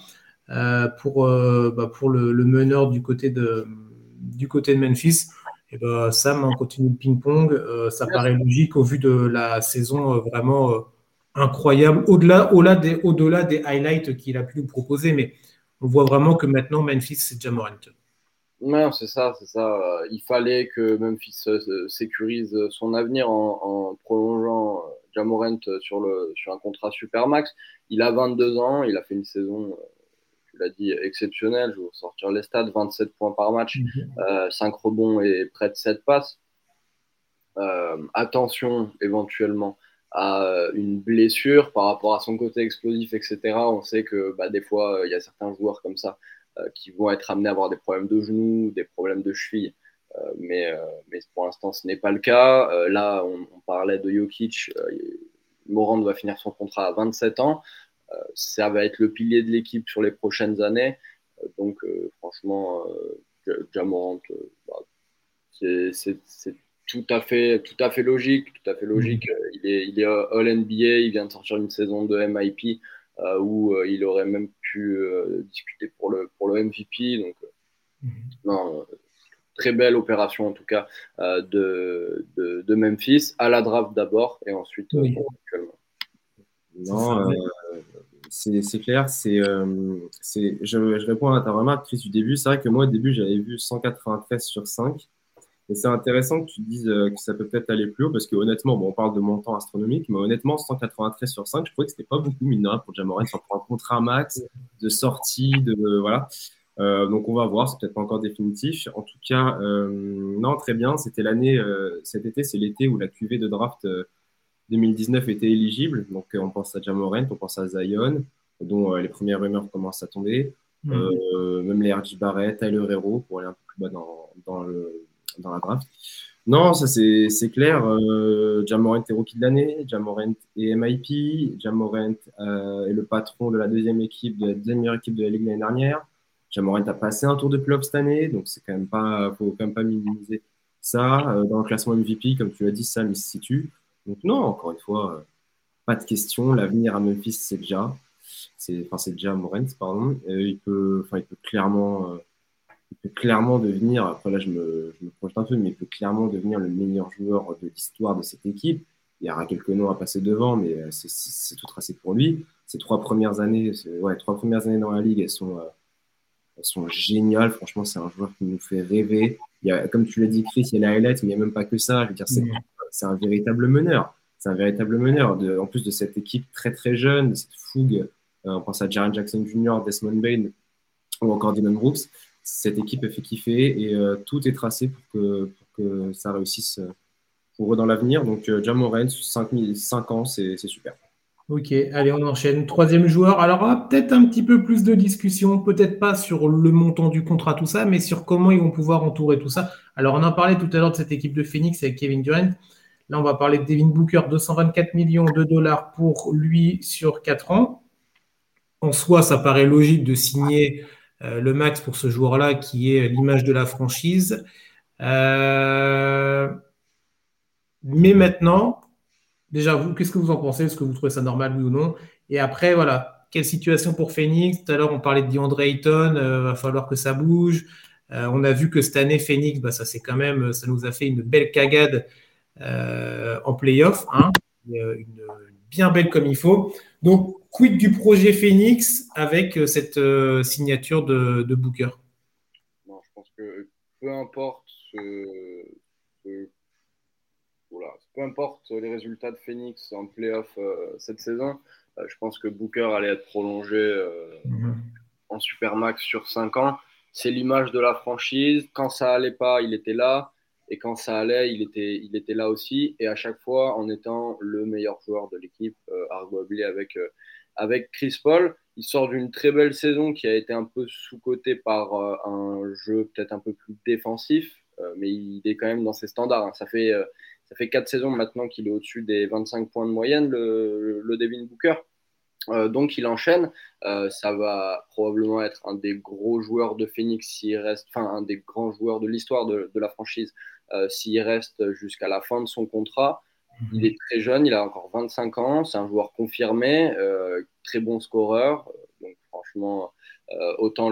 Pour le meneur du côté de Memphis. Et Sam, on continue le ping-pong. Ça paraît logique au vu de la saison vraiment incroyable, au-delà des highlights qu'il a pu nous proposer. Mais on voit vraiment que maintenant, Memphis, c'est Ja Morant. Non, c'est ça, c'est ça. Il fallait que Memphis sécurise son avenir en prolongeant Ja Morant sur un contrat supermax. Il a 22 ans, il a fait une saison, tu l'as dit, exceptionnelle. Je vais vous sortir les stats, 27 points par match, 5 rebonds et près de 7 passes. attention éventuellement à une blessure par rapport à son côté explosif, etc. On sait que des fois, il y a certains joueurs comme ça qui vont être amenés à avoir des problèmes de genoux, des problèmes de cheville. Mais pour l'instant, ce n'est pas le cas. Là, on parlait de Jokic. Morant va finir son contrat à 27 ans. Ça va être le pilier de l'équipe sur les prochaines années. Donc, franchement, Ja Morant, c'est tout à fait logique. Tout à fait logique. Il est All NBA. Il vient de sortir une saison de MIP où il aurait même pu discuter pour le MVP. Donc, non, très belle opération en tout cas de Memphis à la draft d'abord et ensuite Oui, actuellement. c'est ça. Non, c'est clair. Je réponds à ta remarque, Chris, du début. C'est vrai que moi, au début, j'avais vu 193 sur 5. Et c'est intéressant que tu dises que ça peut peut-être aller plus haut parce que honnêtement, bon, on parle de montant astronomique, mais honnêtement, 193 sur 5, je trouvais que c'était pas beaucoup, mine de rien, pour Ja Morant, pour un contrat max, de sortie, voilà. Donc on va voir, c'est peut-être pas encore définitif. En tout cas, non, très bien. C'était l'année, cet été, c'est l'été où la QV de draft 2019 était éligible. Donc on pense à Ja Morant, on pense à Zion, dont les premières rumeurs commencent à tomber. Même les RJ Barrett, Tyler Hero, pour aller un peu plus bas dans la draft. Non, ça c'est clair. Ja Morant est rookie de l'année, Ja Morant est MIP, Ja Morant est le patron de la deuxième équipe, de la deuxième meilleure équipe de la Ligue l'année dernière. Ja Morant a passé un tour de playoff cette année, donc c'est quand même pas, faut quand même pas minimiser ça. Dans le classement MVP, comme tu l'as dit, Sam il se situe. Donc non, encore une fois, pas de question. L'avenir à Memphis, c'est déjà Morant, pardon. Il peut clairement devenir, après là je me projette un peu, mais il peut clairement devenir le meilleur joueur de l'histoire de cette équipe. Il y aura quelques noms à passer devant, mais c'est tout tracé pour lui. Ses 3 premières années, ouais, 3 premières années dans la ligue, elles sont géniales. Franchement, c'est un joueur qui nous fait rêver. Comme tu l'as dit, Chris, il y a la highlight, mais il n'y a même pas que ça. Je veux dire, c'est un véritable meneur. C'est un véritable meneur. En plus de cette équipe très très jeune, de cette fougue, on pense à Jaren Jackson Jr., Desmond Bain ou encore Dylan Brooks. Cette équipe est fait kiffer et tout est tracé pour que ça réussisse pour eux dans l'avenir. Donc, Ja Morant, 5 ans, c'est super. Ok, allez, on enchaîne. Troisième joueur. Alors, peut-être un petit peu plus de discussion, peut-être pas sur le montant du contrat, tout ça, mais sur comment ils vont pouvoir entourer tout ça. Alors, on en parlait tout à l'heure de cette équipe de Phoenix avec Kevin Durant. Là, on va parler de Devin Booker, 224 millions de dollars pour lui sur 4 ans. En soi, ça paraît logique de signer le max pour ce joueur-là, qui est l'image de la franchise. Euh, mais maintenant, déjà, vous, qu'est-ce que vous en pensez? Est-ce que vous trouvez ça normal, oui ou non? Et après, voilà, quelle situation pour Phoenix? Tout à l'heure, on parlait de DeAndre Ayton, va falloir que ça bouge. On a vu que cette année, Phoenix, ça nous a fait une belle cagade en playoff, hein, une bien belle comme il faut. Donc, quid du projet Phoenix avec cette signature de Booker? Non, je pense que peu importe ce- voilà, peu importe les résultats de Phoenix en playoff cette saison, je pense que Booker allait être prolongé en Supermax sur 5 ans. C'est l'image de la franchise. Quand ça allait pas, il était là. Et quand ça allait, il était là aussi. Et à chaque fois, en étant le meilleur joueur de l'équipe, arguably avec Chris Paul. Il sort d'une très belle saison qui a été un peu sous-cotée par un jeu peut-être un peu plus défensif. Mais il est quand même dans ses standards, hein. Ça fait 4 saisons maintenant qu'il est au-dessus des 25 points de moyenne, le Devin Booker. Donc il enchaîne. Ça va probablement être un des gros joueurs de Phoenix s'il reste, enfin un des grands joueurs de l'histoire de la franchise s'il reste jusqu'à la fin de son contrat. Il est très jeune, il a encore 25 ans, c'est un joueur confirmé, très bon scoreur. Donc franchement, autant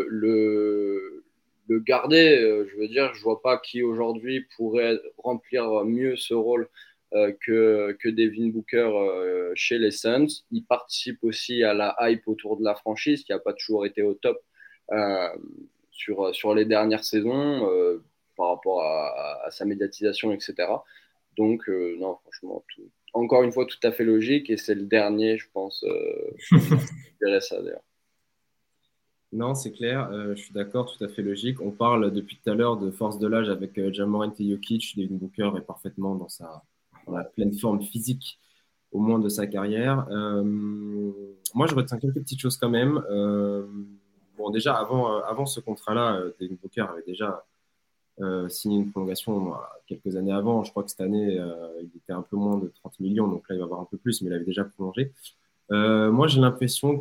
le garder. Je veux dire, je vois pas qui aujourd'hui pourrait remplir mieux ce rôle que Devin Booker chez les Suns. Il participe aussi à la hype autour de la franchise qui n'a pas toujours été au top euh, sur les dernières saisons par rapport à sa médiatisation, etc. Donc, non, franchement, encore une fois, tout à fait logique et c'est le dernier, je pense, qui verrait ça d'ailleurs. Non, c'est clair, je suis d'accord, tout à fait logique. On parle depuis tout à l'heure de force de l'âge avec Ja Morant et Jokic. Devin Booker est parfaitement dans la pleine forme physique, au moins de sa carrière. Moi, je retiens quelques petites choses quand même. Bon, déjà, avant ce contrat-là, Devin Booker avait déjà signé une prolongation quelques années avant. Je crois que cette année, il était un peu moins de 30 millions, donc là, il va avoir un peu plus, mais il avait déjà prolongé. Moi, j'ai l'impression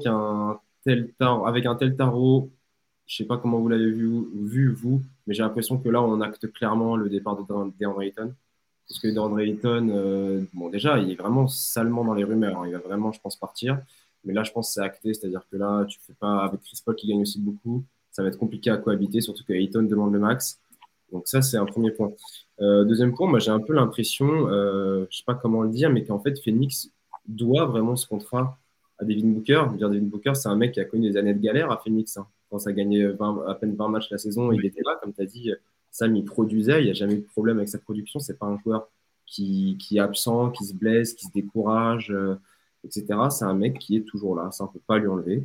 avec un tel tarot, je sais pas comment vous l'avez vu, vous, mais j'ai l'impression que là, on acte clairement le départ de DeAndre Ayton. Parce que DeAndre Ayton, bon, déjà, il est vraiment salement dans les rumeurs, hein. Il va vraiment, je pense, partir. Mais là, je pense que c'est acté, c'est-à-dire que là, tu fais pas avec Chris Paul qui gagne aussi beaucoup. Ça va être compliqué à cohabiter, surtout que Ayton demande le max. Donc ça, c'est un premier point. Deuxième point, moi, j'ai un peu l'impression, je sais pas comment le dire, mais qu'en fait, Phoenix doit vraiment ce contrat à Devin Booker. Je veux dire, Devin Booker, c'est un mec qui a connu des années de galère à Phoenix, hein. Quand ça gagnait à peine 20 matchs la saison, il était là, comme tu as dit. Sam, il produisait, il n'y a jamais eu de problème avec sa production. C'est pas un joueur qui est absent, qui se blesse, qui se décourage, etc. C'est un mec qui est toujours là, ça, on ne peut pas lui enlever.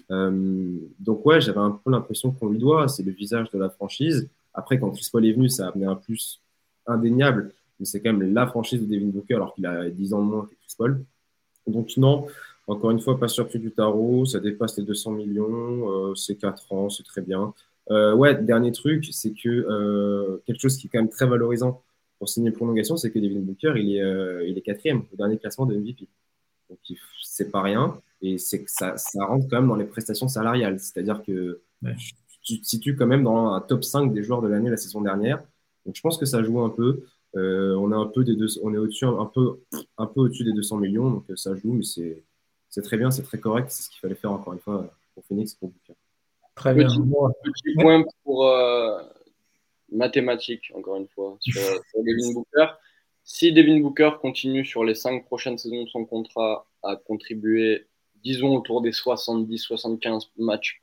Donc ouais, j'avais un peu l'impression qu'on lui doit, c'est le visage de la franchise. Après, quand Chris Paul est venu, ça a amené un plus indéniable, mais c'est quand même la franchise de Devin Booker alors qu'il a 10 ans de moins que Chris Paul. Donc non, encore une fois, pas surpris du tarot, ça dépasse les 200 millions, c'est 4 ans, c'est très bien. Ouais, dernier truc, c'est que quelque chose qui est quand même très valorisant pour signer une prolongation, c'est que Devin Booker, il est quatrième au dernier classement de MVP. Donc c'est pas rien, et c'est que ça rentre quand même dans les prestations salariales, c'est-à-dire que Ouais. tu te situes quand même dans un top 5 des joueurs de l'année la saison dernière. Donc je pense que ça joue un peu. On est un peu on est au-dessus, un peu au-dessus des 200 millions, donc ça joue, mais c'est très bien, c'est très correct, c'est ce qu'il fallait faire encore une fois pour Phoenix, pour Booker. Très bien. Petit, Moi, petit ouais. point pour mathématiques, encore une fois, sur Devin Booker. Si Devin Booker continue sur les 5 prochaines saisons de son contrat à contribuer, disons, autour des 70-75 matchs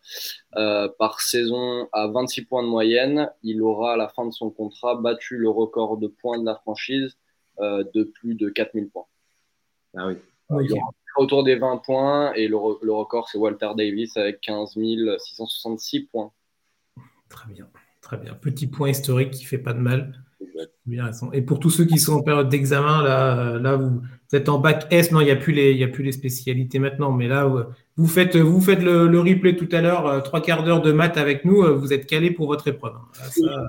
par saison à 26 points de moyenne, il aura à la fin de son contrat battu le record de points de la franchise de plus de 4000 points. Ah oui. Il Ok. aura autour des 20 points et le record, c'est Walter Davis avec 15 666 points. Très bien. Très bien. Petit point historique qui fait pas de mal. Exact. Bien raison. Et pour tous ceux qui sont en période d'examen, là vous êtes en bac S. Non, il y a plus les spécialités maintenant. Mais là, vous faites le replay tout à l'heure, 3 quarts d'heure de maths avec nous. Vous êtes calé pour votre épreuve, hein. Là, ça,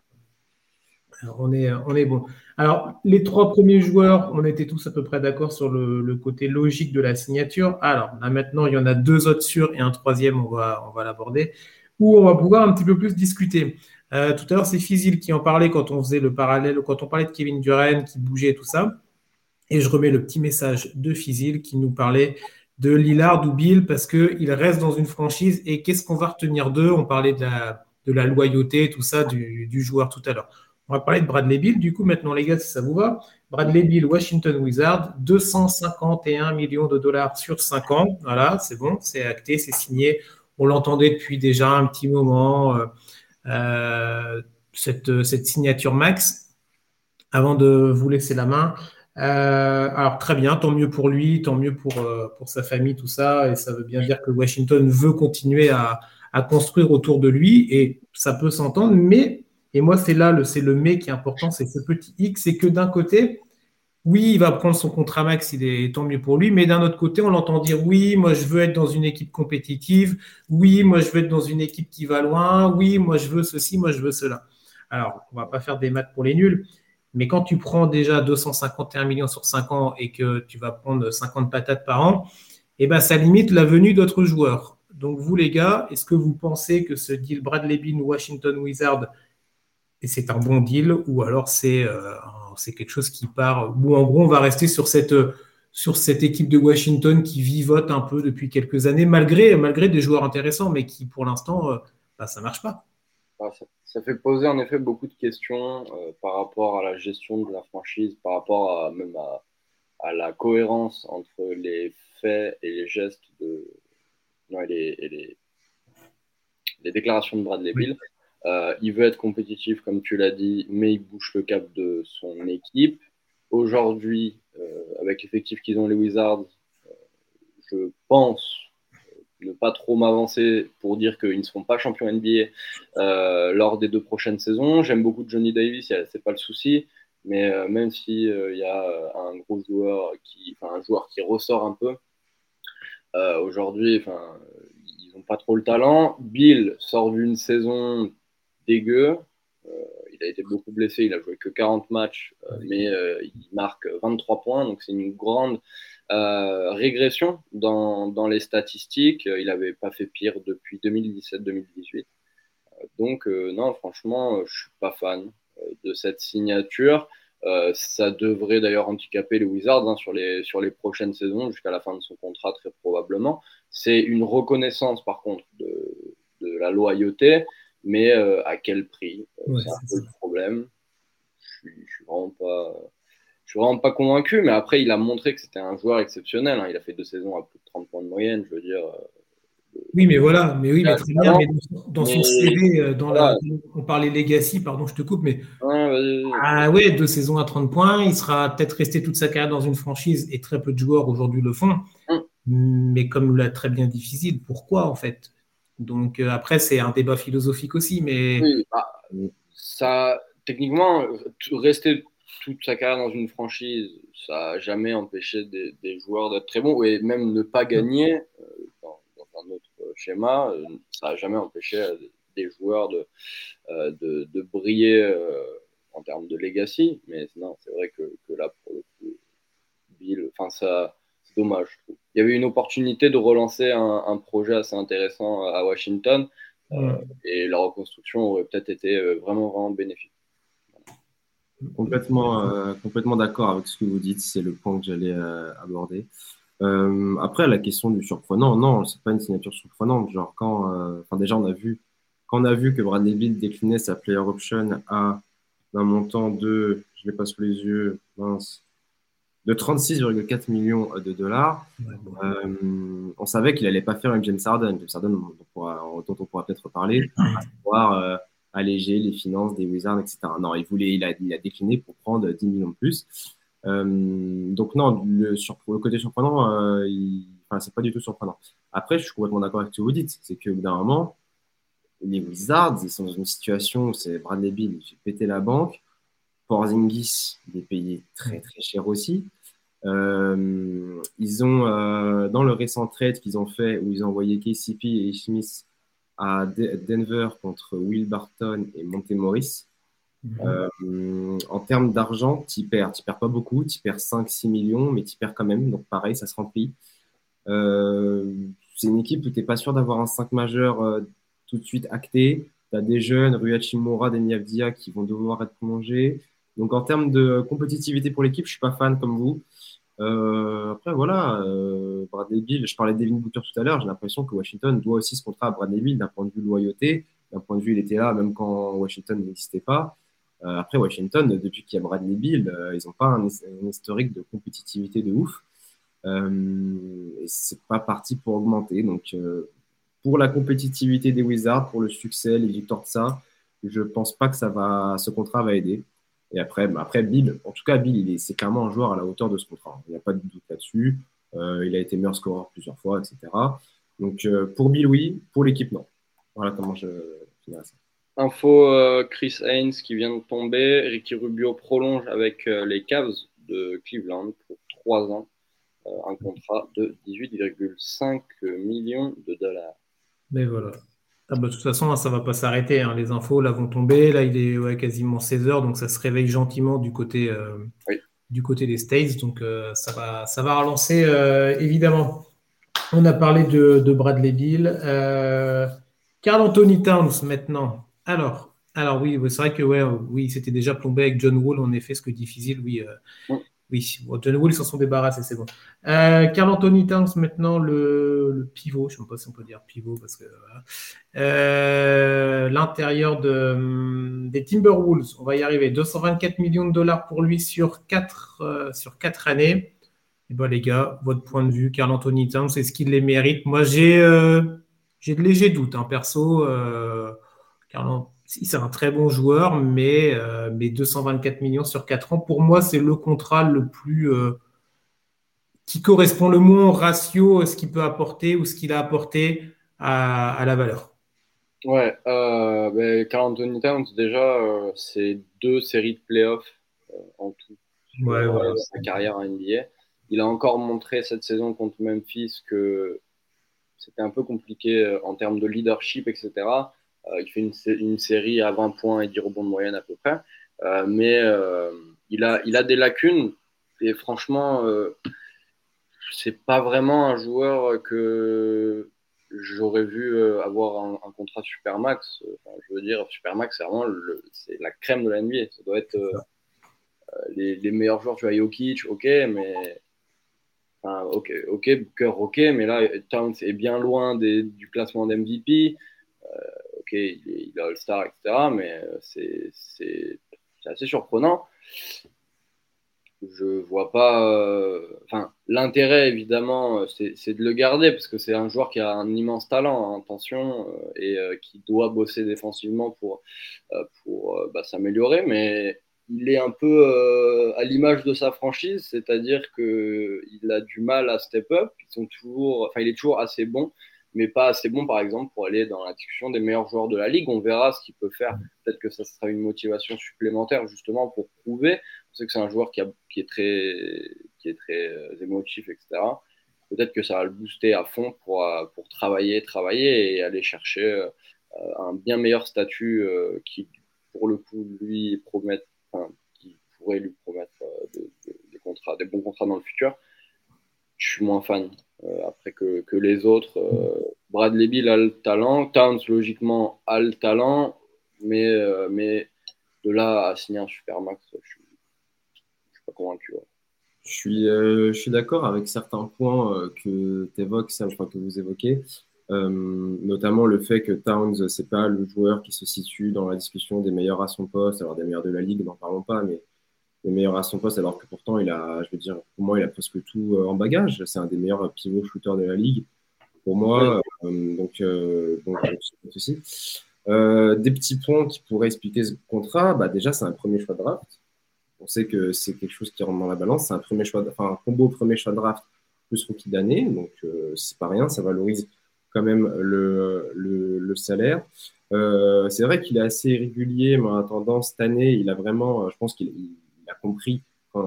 on est bon. Alors, les 3 premiers joueurs, on était tous à peu près d'accord sur le côté logique de la signature. Alors, là maintenant, il y en a 2 autres sûrs et un troisième, on va l'aborder, où on va pouvoir un petit peu plus discuter. Tout à l'heure, c'est Fizil qui en parlait quand on faisait le parallèle, quand on parlait de Kevin Durant qui bougeait et tout ça. Et je remets le petit message de Fizil qui nous parlait de Lillard ou Bill parce qu'il reste dans une franchise et qu'est-ce qu'on va retenir d'eux? On parlait de la loyauté, tout ça, du joueur tout à l'heure. On va parler de Bradley Bill, du coup, maintenant, les gars, si ça vous va. Bradley Bill, Washington Wizards, 251 millions de dollars sur 5 ans. Voilà, c'est bon, c'est acté, c'est signé. On l'entendait depuis déjà un petit moment, cette signature max. Avant de vous laisser la main, alors très bien, tant mieux pour lui, tant mieux pour sa famille, tout ça. Et ça veut bien dire que Washington veut continuer à construire autour de lui et ça peut s'entendre. Mais, et moi c'est là, c'est le mais qui est important, c'est ce petit X, c'est que d'un côté, oui, il va prendre son contrat max, il est tant mieux pour lui, mais d'un autre côté, on l'entend dire oui, moi je veux être dans une équipe compétitive, oui, moi je veux être dans une équipe qui va loin, oui, moi je veux ceci, moi je veux cela. Alors, on va pas faire des maths pour les nuls, mais quand tu prends déjà 251 millions sur 5 ans et que tu vas prendre 50 patates par an, eh ben, ça limite la venue d'autres joueurs. Donc vous les gars, est-ce que vous pensez que ce deal Bradley Beal Washington Wizards et c'est un bon deal ou alors c'est quelque chose qui part ou en gros on va rester sur cette équipe de Washington qui vivote un peu depuis quelques années malgré des joueurs intéressants mais qui pour l'instant bah, ça marche pas. Enfin, ça fait poser en effet beaucoup de questions par rapport à la gestion de la franchise, par rapport à la cohérence entre les faits et les gestes non, les déclarations de Bradley Oui. Beal. Il veut être compétitif, comme tu l'as dit, mais il bouge le cap de son équipe. Aujourd'hui, avec l'effectif qu'ils ont les Wizards, je pense ne pas trop m'avancer pour dire qu'ils ne seront pas champions NBA lors des 2 prochaines saisons. J'aime beaucoup Johnny Davis, c'est pas le souci. Mais même si il y a un gros joueur un joueur qui ressort un peu, aujourd'hui, ils n'ont pas trop le talent. Bill sort d'une saison dégueu. Il a été beaucoup blessé, il a joué que 40 matchs, mais il marque 23 points, donc c'est une grande régression dans les statistiques. Il n'avait pas fait pire depuis 2017-2018. Donc non, franchement, je ne suis pas fan de cette signature. Ça devrait d'ailleurs handicaper les Wizards sur les prochaines saisons, jusqu'à la fin de son contrat très probablement. C'est une reconnaissance par contre de la loyauté, mais à quel prix? Ouais, C'est un c'est peu ça. le problème. Je suis vraiment pas convaincu, mais après il a montré que c'était un joueur exceptionnel, hein. Il a fait 2 saisons à plus de 30 points de moyenne, je veux dire. Oui, mais voilà, Il a mais le très bien, talent, mais dans son mais CV, voilà. on parlait legacy, pardon, je te coupe, mais Ouais, vas-y. ah ouais, 2 saisons à 30 points, il sera peut-être resté toute sa carrière dans une franchise et très peu de joueurs aujourd'hui le font. Mais comme l'a très bien difficile, pourquoi en fait? Donc après, c'est un débat philosophique aussi, mais Oui, ça, techniquement, rester toute sa carrière dans une franchise, ça n'a jamais empêché des joueurs d'être très bons, et même ne pas gagner dans un autre schéma, ça n'a jamais empêché des joueurs de briller en termes de legacy. Mais non, c'est vrai que là, pour le coup, Bill, c'est dommage, je trouve. Il y avait une opportunité de relancer un projet assez intéressant à Washington, et la reconstruction aurait peut-être été vraiment bénéfique. Complètement d'accord avec ce que vous dites, c'est le point que j'allais aborder. Après, la question du surprenant, non, c'est pas une signature surprenante. Genre, déjà, quand on a vu que Bradley Beal déclinait sa player option à un montant de, je l'ai pas sous les yeux, mince, de 36,4 millions de dollars, ouais, bon. on savait qu'il allait pas faire une James Harden. James Harden, dont on pourra peut-être reparler, à savoir alléger les finances des Wizards, etc. Non, il a décliné pour prendre 10 millions de plus. Donc non, le côté surprenant, c'est pas du tout surprenant. Après, je suis complètement d'accord avec ce que vous dites, c'est qu'au bout d'un moment, les Wizards, ils sont dans une situation où c'est Bradley Beal, il fait péter la banque. Porzingis, il est payé très très cher aussi. Ils ont, dans le récent trade qu'ils ont fait, où ils ont envoyé KCP et Smith à Denver contre Will Barton et Monte Morris. En termes d'argent, tu perds pas beaucoup, tu perds 5-6 millions, mais tu perds quand même, donc pareil, ça se remplit. C'est une équipe où tu n'es pas sûr d'avoir un 5 majeur tout de suite acté. Tu as des jeunes, Rui Hachimura, Deni Avdija, qui vont devoir être prolongés. Donc en termes de compétitivité pour l'équipe, je suis pas fan comme vous. Après, voilà, Bradley Beal, je parlais de Devin Booker tout à l'heure, j'ai l'impression que Washington doit aussi ce contrat à Bradley Beal d'un point de vue loyauté, d'un point de vue, il était là même quand Washington n'existait pas. Après, Washington, depuis qu'il y a Bradley Beal, ils n'ont pas un historique de compétitivité de ouf. Et c'est pas parti pour augmenter. Donc, pour la compétitivité des Wizards, pour le succès, les victoires de ça, je pense pas que ce contrat va aider. Et après Bill, en tout cas, Bill, c'est clairement un joueur à la hauteur de ce contrat. Il n'y a pas de doute là-dessus. Il a été meilleur scoreur plusieurs fois, etc. Donc, pour Bill, oui. Pour l'équipe, non. Voilà comment je finirai ça. Info, Chris Haynes qui vient de tomber. Ricky Rubio prolonge avec les Cavs de Cleveland pour 3 ans. Un contrat de 18,5 millions de dollars. Mais voilà. Ah bah, de toute façon, ça va pas s'arrêter, hein. Les infos là vont tomber. Là, il est quasiment 16 heures, donc ça se réveille gentiment Oui. du côté des States. Donc ça va relancer évidemment. On a parlé de Bradley Beal. Karl Anthony Towns maintenant. Alors oui, c'est vrai que ouais, oui, c'était déjà plombé avec John Wall, en effet, ce que difficile, oui. Oui, bon, John Wall, ils s'en sont débarrassés, c'est bon. Karl Anthony Towns, maintenant, le pivot, je ne sais pas si on peut dire pivot, parce que l'intérieur des Timberwolves, on va y arriver. 224 millions de dollars pour lui sur 4 années. Et ben les gars, votre point de vue, Karl Anthony Towns, est-ce qu'il les mérite? Moi, j'ai de légers doutes, hein, perso. Si c'est un très bon joueur, mais 224 millions sur 4 ans, pour moi, c'est le contrat le plus qui correspond le moins au ratio, ce qu'il peut apporter ou ce qu'il a apporté à la valeur? Ouais, Karl Anthony Towns, déjà, c'est 2 séries de playoffs en tout Ouais, sur voilà. sa carrière en NBA. Il a encore montré cette saison contre Memphis que c'était un peu compliqué en termes de leadership, etc. Il fait une série à 20 points et 10 rebonds de moyenne à peu près. Mais il a des lacunes. Et franchement, c'est pas vraiment un joueur que j'aurais vu avoir un contrat Supermax. Enfin, je veux dire, Supermax, c'est vraiment c'est la crème de la NBA. Ça doit être les meilleurs joueurs. Tu vois, Jokic, ok, mais enfin, ok, Booker, ok, mais là, Towns est bien loin du classement d'MVP. Ok, il est All-Star, etc., mais c'est assez surprenant. Je vois pas. Enfin, l'intérêt, évidemment, c'est de le garder parce que c'est un joueur qui a un immense talent, hein, attention, et qui doit bosser défensivement pour s'améliorer. Mais il est un peu à l'image de sa franchise, c'est-à-dire qu'il a du mal à step up. Enfin, il est toujours assez bon, mais pas assez bon, par exemple, pour aller dans la discussion des meilleurs joueurs de la ligue. On verra ce qu'il peut faire. Peut-être que ça sera une motivation supplémentaire, justement, pour prouver. On sait que c'est un joueur qui est très émotif, etc. Peut-être que ça va le booster à fond pour travailler et aller chercher un bien meilleur statut qui, pour le coup, qui pourrait lui promettre des bons contrats dans le futur. Je suis moins fan après que les autres. Bradley Beal a le talent, Towns logiquement a le talent, mais de là à signer un Supermax, je suis pas convaincu. Ouais. Je suis d'accord avec certains points que tu évoques, enfin, que vous évoquez, notamment le fait que Towns, c'est pas le joueur qui se situe dans la discussion des meilleurs à son poste, alors des meilleurs de la ligue, n'en parlons pas, mais des meilleurs à son poste, alors que pourtant, je veux dire, pour moi, il a presque tout en bagage. C'est un des meilleurs pivots shooters de la ligue, pour moi. C'est pas de souci. Des petits points qui pourraient expliquer ce contrat, bah, déjà, c'est un premier choix de draft. On sait que c'est quelque chose qui rentre dans la balance. C'est un combo premier choix de draft plus rookie d'année. Donc, c'est pas rien. Ça valorise quand même le salaire. C'est vrai qu'il est assez irrégulier, mais en attendant, cette année, il a vraiment, je pense qu'il a compris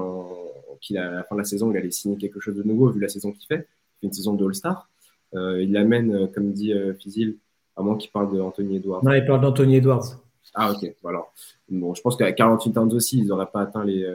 à la fin de la saison, il allait signer quelque chose de nouveau vu la saison qu'il fait. Il fait une saison de All-Star. Il l'amène, comme dit Fizil, à moins qu'il parle de Anthony Edwards. Non, il parle d'Anthony Edwards. Ah, ok, voilà. Bon, je pense qu'à 48 Towns aussi, ils n'auraient pas atteint les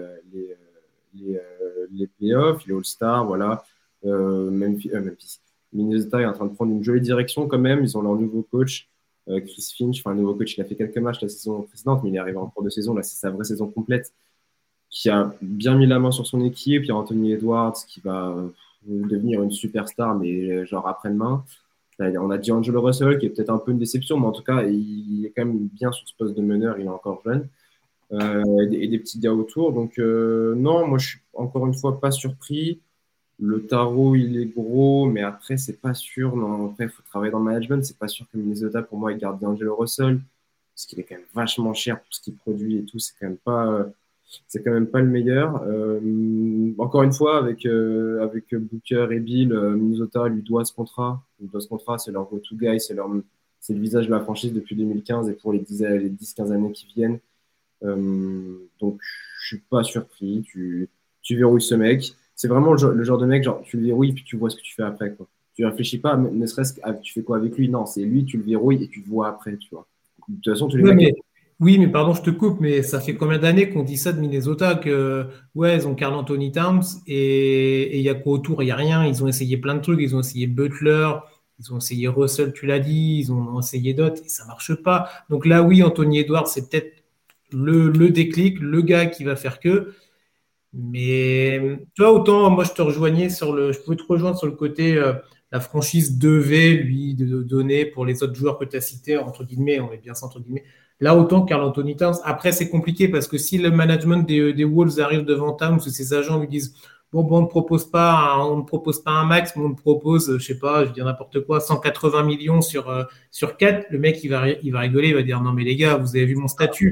playoffs, les All-Stars, voilà. Memphis. Minnesota est en train de prendre une jolie direction quand même. Ils ont leur nouveau coach, Chris Finch. Enfin, un nouveau coach, il a fait quelques matchs la saison précédente, mais il est arrivé en cours de saison. Là, c'est sa vraie saison complète, qui a bien mis la main sur son équipe. Il y a Anthony Edwards qui va devenir une superstar, mais genre après-demain. On a D'Angelo Russell qui est peut-être un peu une déception, mais en tout cas, il est quand même bien sur ce poste de meneur, il est encore jeune. Et des petits gars autour. Donc, non, moi, je suis encore une fois pas surpris. Le tarot, il est gros, mais après, c'est pas sûr. Non, après, il faut travailler dans le management. C'est pas sûr que Minnesota, pour moi, il garde D'Angelo Russell, parce qu'il est quand même vachement cher pour ce qu'il produit et tout. C'est quand même pas le meilleur. Encore une fois, avec Booker et Bill, Minnesota lui doit ce contrat. C'est leur go-to guy, c'est le visage de la franchise depuis 2015 et pour les 10-15 années qui viennent. Donc, je suis pas surpris. Tu verrouilles ce mec. C'est vraiment le genre de mec, genre, tu le verrouilles puis tu vois ce que tu fais après, quoi. Tu réfléchis pas, ne serait-ce que tu fais quoi avec lui. Non, c'est lui, tu le verrouilles et tu le vois après, tu vois. De toute façon, tous les mecs. Oui, mais pardon, je te coupe, mais ça fait combien d'années qu'on dit ça de Minnesota que, ouais, ils ont Karl Anthony Towns et il y a quoi autour? Il n'y a rien. Ils ont essayé plein de trucs. Ils ont essayé Butler, ils ont essayé Russell, tu l'as dit, ils ont essayé d'autres et ça marche pas. Donc là, oui, Anthony Edwards, c'est peut-être le déclic, le gars qui va faire que. Mais tu vois, autant moi je je pouvais te rejoindre sur le côté la franchise devait lui donner pour les autres joueurs que tu as cités, entre guillemets, on met bien ça entre guillemets. Là, autant Karl Anthony Towns. Après, c'est compliqué parce que si le management des Wolves arrive devant Towns ou ses agents lui disent bon, on ne propose pas un max, mais on te propose, je sais pas, je veux dire n'importe quoi, 180 millions sur 4, le mec il va rigoler, il va dire non mais les gars, vous avez vu mon statut.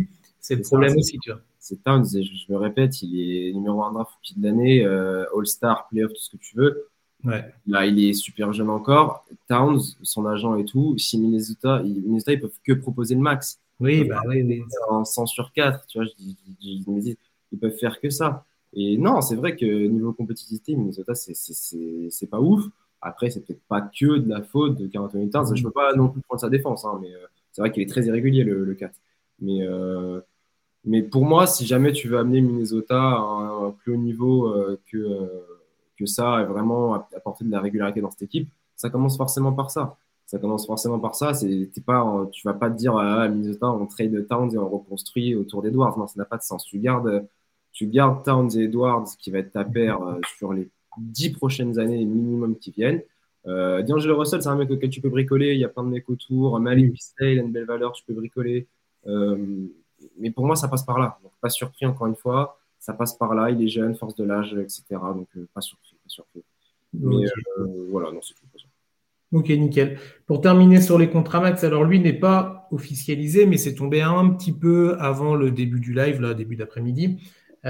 C'est le C'est ça, problème aussi, tu vois. c'est Towns, et je me répète, il est numéro un draft rookie de l'année, All-Star, Playoff, tout ce que tu veux. Ouais. Là, il est super jeune encore. Towns, son agent et tout, si Minnesota, ils peuvent que proposer le max. Ils Oui, peuvent bah oui, oui. faire un 100 sur 4, tu vois, je me dis, ils peuvent faire que ça. Et non, c'est vrai que niveau compétitivité, Minnesota, c'est pas ouf. Après, c'est peut-être pas que de la faute de Karl Anthony Towns. Je peux pas non plus prendre sa défense, hein, mais c'est vrai qu'il est très irrégulier, le 4. Mais, mais pour moi, si jamais tu veux amener Minnesota à un plus haut niveau que ça, et vraiment apporter de la régularité dans cette équipe, ça commence forcément par ça. Ça commence forcément par ça. T'es pas, tu vas pas te dire, ah, Minnesota, on trade Towns et on reconstruit autour d'Edwards. Non, ça n'a pas de sens. Tu gardes Towns et Edwards, qui va être ta paire sur les 10 prochaines années minimum qui viennent. D'Angelo Russell, c'est un mec auquel tu peux bricoler. Il y a plein de mecs autour. Malik Beasley, il a une belle valeur, tu peux bricoler. Mais pour moi, ça passe par là. Donc, pas surpris, encore une fois. Ça passe par là. Il est jeune, force de l'âge, etc. Donc, pas surpris, pas surpris. Mais Ok. voilà, non, c'est tout. Pas surpris. Ok, nickel. Pour terminer sur les contrats max, alors lui n'est pas officialisé, mais c'est tombé un petit peu avant le début du live, là, début d'après-midi.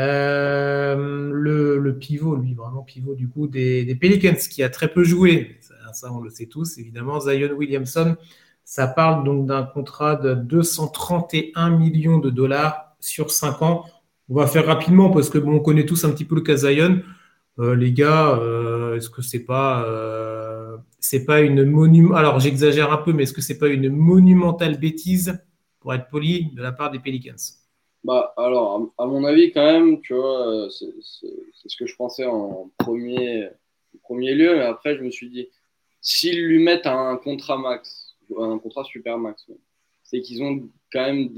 Le pivot, lui, vraiment pivot du coup des Pelicans, qui a très peu joué, ça, on le sait tous, évidemment, Zion Williamson, ça parle donc d'un contrat de 231 millions de dollars sur 5 ans. On va faire rapidement parce que bon, on connaît tous un petit peu le cas Zion. Les gars, est-ce que c'est pas une monument. Alors j'exagère un peu, mais est-ce que c'est pas une monumentale bêtise, pour être poli, de la part des Pelicans? Bah, alors, à mon avis, quand même, tu vois, c'est ce que je pensais en premier lieu, mais après, je me suis dit, s'ils lui mettent un contrat max, un contrat super max, même, c'est qu'ils ont quand même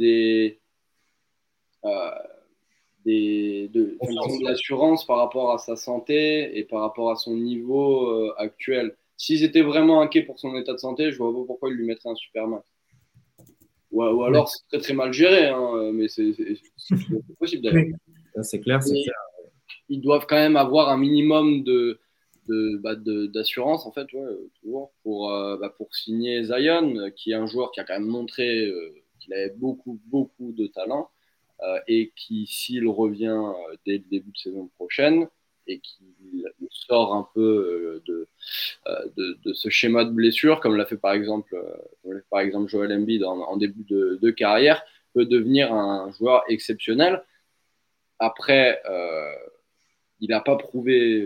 euh, enfin, ils ont de l'assurance par rapport à sa santé et par rapport à son niveau actuel. S'ils étaient vraiment inquiets pour son état de santé, je vois pas pourquoi ils lui mettraient un super max. Ou Ouais. alors c'est très très mal géré, hein, mais c'est tout à fait possible d'ailleurs. Oui. Ça, c'est clair, c'est Mais clair. ils doivent quand même avoir un minimum d'assurance, en fait, ouais, toujours, pour signer Zion, qui est un joueur qui a quand même montré qu'il avait beaucoup, beaucoup de talent, et qui, s'il revient dès le début de saison prochaine, et qu'il sort un peu de ce schéma de blessure, comme l'a fait par exemple Joel Embiid en début de carrière, peut devenir un joueur exceptionnel. Après, il n'a pas prouvé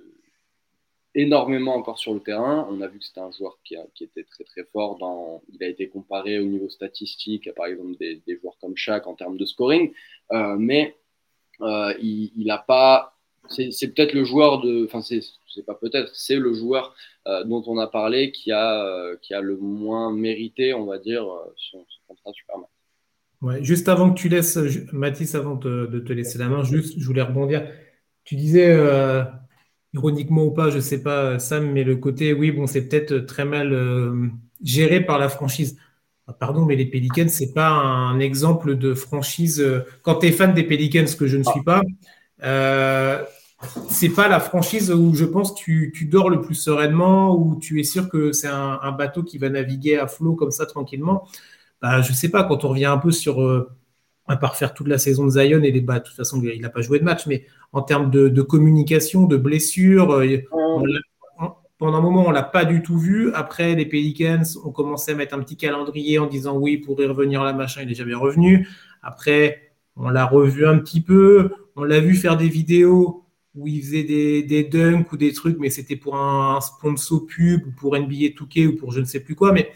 énormément encore sur le terrain. On a vu que c'était un joueur qui était très très fort. Il a été comparé au niveau statistique à par exemple des joueurs comme Shaq en termes de scoring, mais il n'a pas. C'est peut-être le joueur enfin c'est pas peut-être, c'est le joueur dont on a parlé qui a le moins mérité, on va dire, son contrat Superman. Ouais. Juste avant que tu laisses, Mathis, avant de te laisser la main, juste, je voulais rebondir. Tu disais, ironiquement ou pas, je sais pas, Sam, mais le côté, oui, bon, c'est peut-être très mal géré par la franchise. Ah, pardon, mais les Pelicans, c'est pas un exemple de franchise. Quand tu es fan des Pelicans, ce que je ne suis pas, euh, c'est pas la franchise où je pense que tu dors le plus sereinement, où tu es sûr que c'est un bateau qui va naviguer à flot comme ça tranquillement. Bah, je sais pas, quand on revient un peu sur, à part faire toute la saison de Zion et de toute façon, il n'a pas joué de match, mais en termes de communication, de blessures, pendant un moment, on l'a pas du tout vu. Après, les Pelicans ont commencé à mettre un petit calendrier en disant oui, pour y revenir là, machin, il est jamais revenu. Après, on l'a revu un petit peu. On l'a vu faire des vidéos où il faisait des dunks ou des trucs, mais c'était pour un sponsor pub ou pour NBA 2K ou pour je ne sais plus quoi. Mais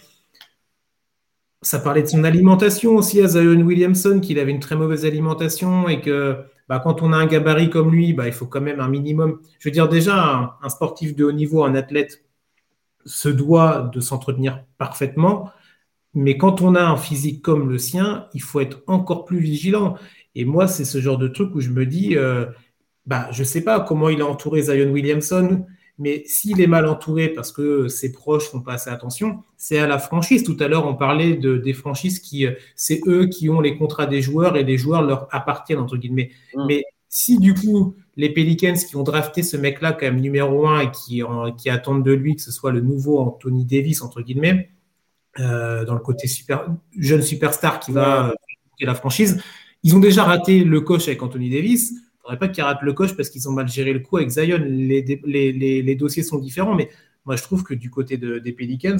ça parlait de son alimentation aussi à Zion Williamson, qu'il avait une très mauvaise alimentation et que bah, quand on a un gabarit comme lui, bah, il faut quand même un minimum. Je veux dire, déjà, un sportif de haut niveau, un athlète, se doit de s'entretenir parfaitement. Mais quand on a un physique comme le sien, il faut être encore plus vigilant. Et moi, c'est ce genre de truc où je me dis, bah, je ne sais pas comment il a entouré Zion Williamson, mais s'il est mal entouré parce que ses proches font pas assez attention, c'est à la franchise. Tout à l'heure, on parlait des franchises qui, c'est eux qui ont les contrats des joueurs et les joueurs leur appartiennent, entre guillemets. Mais si du coup, les Pelicans qui ont drafté ce mec-là quand même numéro un et qui attendent de lui que ce soit le nouveau Anthony Davis, entre guillemets, dans le côté jeune superstar qui va la franchise, Ils ont déjà raté le coche avec Anthony Davis. Il ne faudrait pas qu'ils ratent le coche parce qu'ils ont mal géré le coup avec Zion. Les dossiers sont différents, mais moi, je trouve que du côté des Pelicans,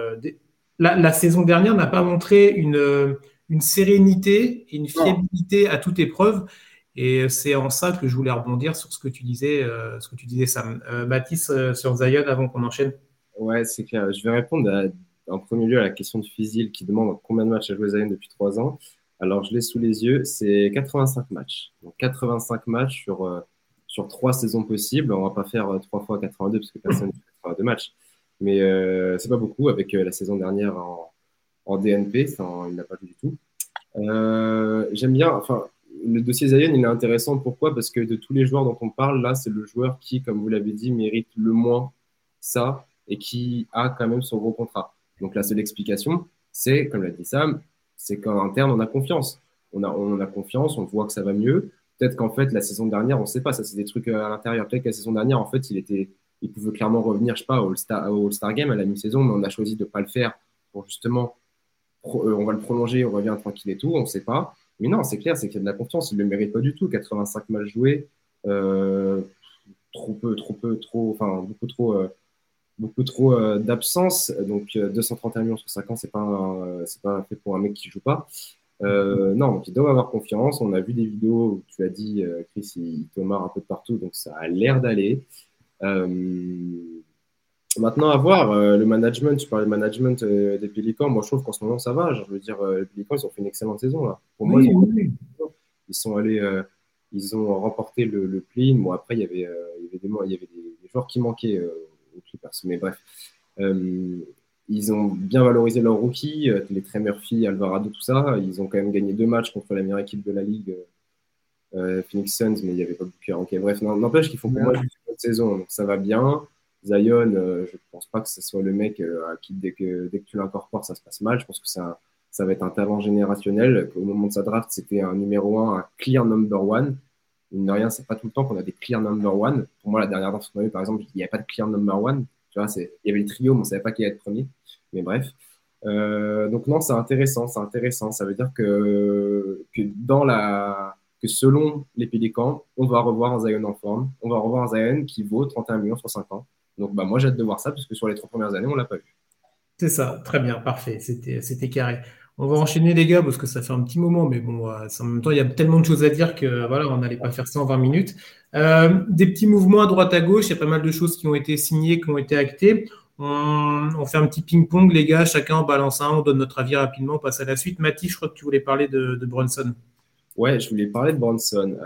la saison dernière n'a pas montré une sérénité et une Non. fiabilité à toute épreuve. Et c'est en ça que je voulais rebondir sur ce que tu disais, Sam. Mathis, sur Zion, avant qu'on enchaîne. Ouais, c'est clair. Je vais répondre en premier lieu à la question de Fizil qui demande combien de matchs a joué Zion depuis 3 ans. Alors, je l'ai sous les yeux, c'est 85 matchs. Donc, 85 matchs sur 3 saisons possibles. On va pas faire 3 fois 82 parce que personne ne fait 82 matchs. Mais c'est pas beaucoup avec la saison dernière en DNP. Il n'a pas joué du tout. J'aime bien, enfin, le dossier Zion, il est intéressant. Pourquoi? Parce que de tous les joueurs dont on parle, là, c'est le joueur qui, comme vous l'avez dit, mérite le moins ça et qui a quand même son gros contrat. Donc la seule explication, c'est, comme l'a dit Sam, c'est qu'en interne, on a confiance. On a confiance, on voit que ça va mieux. Peut-être qu'en fait, la saison dernière, on ne sait pas, ça c'est des trucs à l'intérieur. Peut-être que la saison dernière, en fait, il pouvait clairement revenir, je sais pas, au All-Star Game à la mi-saison, mais on a choisi de ne pas le faire pour justement on va le prolonger, on revient tranquille et tout, on ne sait pas. Mais non, c'est clair, c'est qu'il y a de la confiance. Il ne le mérite pas du tout. 85 matchs joués, trop peu, enfin, beaucoup trop d'absence. Donc, 231 millions sur 5 ans, c'est pas fait pour un mec qui ne joue pas. Non, donc il doit avoir confiance. On a vu des vidéos où tu as dit, Chris, il te marre un peu de partout, donc ça a l'air d'aller. Euh, Maintenant, à voir, le management, tu parlais de management des Pélicans, moi je trouve qu'en ce moment ça va. Je veux dire, les Pélicans, ils ont fait une excellente saison là. Pour moi, Oui, oui. ils sont allés, ils ont remporté le play-in. Bon, après, il y avait des joueurs qui manquaient aux Clippers, mais bref. Euh, Ils ont bien valorisé leurs rookies, les Trey Murphy, Alvarado, tout ça. Ils ont quand même gagné 2 matchs contre la meilleure équipe de la ligue, Phoenix Suns, mais il n'y avait pas Booker. Ok, bref, n'empêche qu'ils font pour moi une bonne saison, donc ça va bien. Zion, je ne pense pas que ce soit le mec à qui, dès que tu l'incorpores, ça se passe mal. Je pense que ça va être un talent générationnel. Au moment de sa draft, c'était un numéro 1, un clear number one. Mine de rien, c'est pas tout le temps qu'on a des clear number one. Pour moi, la dernière draft qu'on a eu, par exemple, il n'y a pas de clear number one. Tu vois, il y avait le trio, mais on ne savait pas qui allait être premier. Mais bref. Donc non, c'est intéressant, c'est intéressant. Ça veut dire que selon les Pélicans, on va revoir un Zion en forme, on va revoir un Zion qui vaut 31 millions sur 5 ans. Donc bah, moi, j'ai hâte de voir ça, parce que sur les 3 premières années, on ne l'a pas vu. C'est ça, très bien, parfait, c'était carré. On va enchaîner les gars parce que ça fait un petit moment, mais bon, en même temps, il y a tellement de choses à dire que voilà, on n'allait pas faire ça en 20 minutes. Des petits mouvements à droite à gauche, il y a pas mal de choses qui ont été signées, qui ont été actées. On fait un petit ping-pong, les gars, chacun en balance un, on donne notre avis rapidement, on passe à la suite. Mathis, je crois que tu voulais parler de Brunson. Ouais, je voulais parler de Bronson.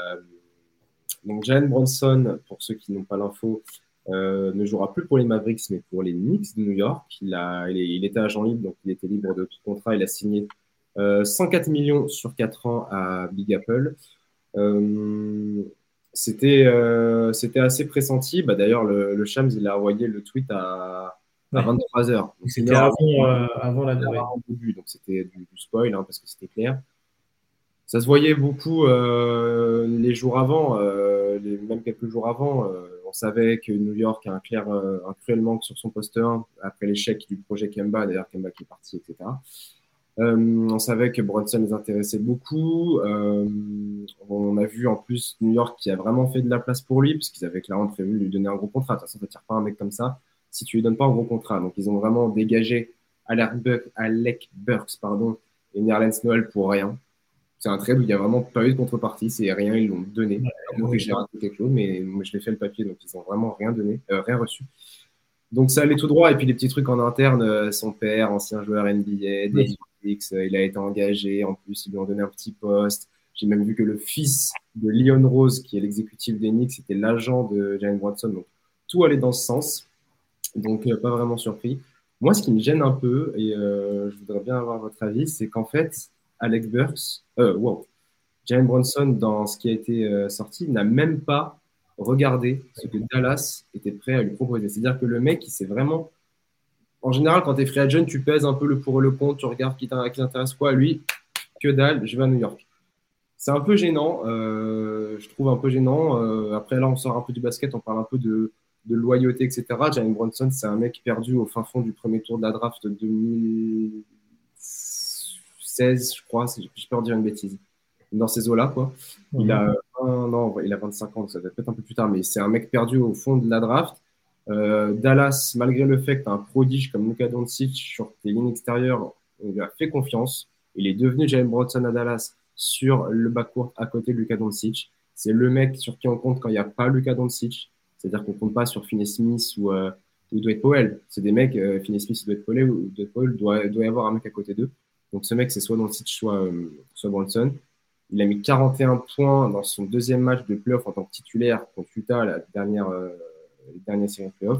Donc Jalen Bronson, pour ceux qui n'ont pas l'info, ne jouera plus pour les Mavericks, mais pour les Knicks de New York. Il était agent libre, donc il était libre de tout contrat. Il a signé 104 millions sur 4 ans à Big Apple. Euh, c'était assez pressenti. Bah, d'ailleurs, le Shams, il a envoyé le tweet à Ouais. 23 heures. Donc, C'était avant la avant ouais. le début. Donc, c'était du spoil, hein, parce que c'était clair. Ça se voyait beaucoup les jours avant, même quelques jours avant. On savait que New York a un cruel manque sur son poste 1 après l'échec du projet Kemba, d'ailleurs Kemba qui est parti, etc. On savait que Brunson les intéressait beaucoup. On a vu en plus New York qui a vraiment fait de la place pour lui, puisqu'ils avaient clairement prévu de lui donner un gros contrat. De toute façon, tu ne tires pas un mec comme ça si tu lui donnes pas un gros contrat. Donc, ils ont vraiment dégagé Alec Burks, pardon, et Nerlens Noel pour rien. C'est un trade où il n'y a vraiment pas eu de contrepartie, c'est rien, ils l'ont donné. Moi, j'ai raté quelque chose, mais moi, je l'ai fait le papier, donc ils n'ont vraiment rien donné, rien reçu. Donc ça allait tout droit, et puis les petits trucs en interne, son père, ancien joueur NBA, des Knicks, il a été engagé, en plus ils lui ont donné un petit poste. J'ai même vu que le fils de Leon Rose, qui est l'exécutif des Knicks, était l'agent de Jalen Brunson, donc tout allait dans ce sens, donc pas vraiment surpris. Moi, ce qui me gêne un peu, et je voudrais bien avoir votre avis, c'est qu'en fait, Alec Burks, Jalen Brunson, dans ce qui a été sorti, n'a même pas regardé ce que Dallas était prêt à lui proposer. C'est-à-dire que le mec, il s'est vraiment. En général, quand tu es free agent, tu pèses un peu le pour et le contre, tu regardes qui t'intéresse quoi. Lui, que dalle, je vais à New York. C'est un peu gênant, je trouve un peu gênant. Après, là, on sort un peu du basket, on parle un peu de loyauté, etc. Jalen Brunson, c'est un mec perdu au fin fond du premier tour de la draft de 2016, je crois, si j'ai peur de dire une bêtise. dans ces eaux-là, quoi. Il a non, il a 25 ans, ça doit être peut-être un peu plus tard, mais c'est un mec perdu au fond de la draft. Dallas, malgré le fait que tu as un prodige comme Luka Doncic sur tes lignes extérieures, on lui a fait confiance. Il est devenu Jalen Brunson à Dallas sur le backcourt à côté de Luka Doncic. C'est le mec sur qui on compte quand il n'y a pas Luka Doncic. C'est-à-dire qu'on ne compte pas sur Finney-Smith ou Dwight Powell. C'est des mecs, Finney-Smith ou Dwight Powell doit y avoir un mec à côté d'eux. Donc ce mec, c'est soit Doncic, soit Brunson. Il a mis 41 points dans son deuxième match de playoff en tant que titulaire contre Utah, la dernière série de playoff.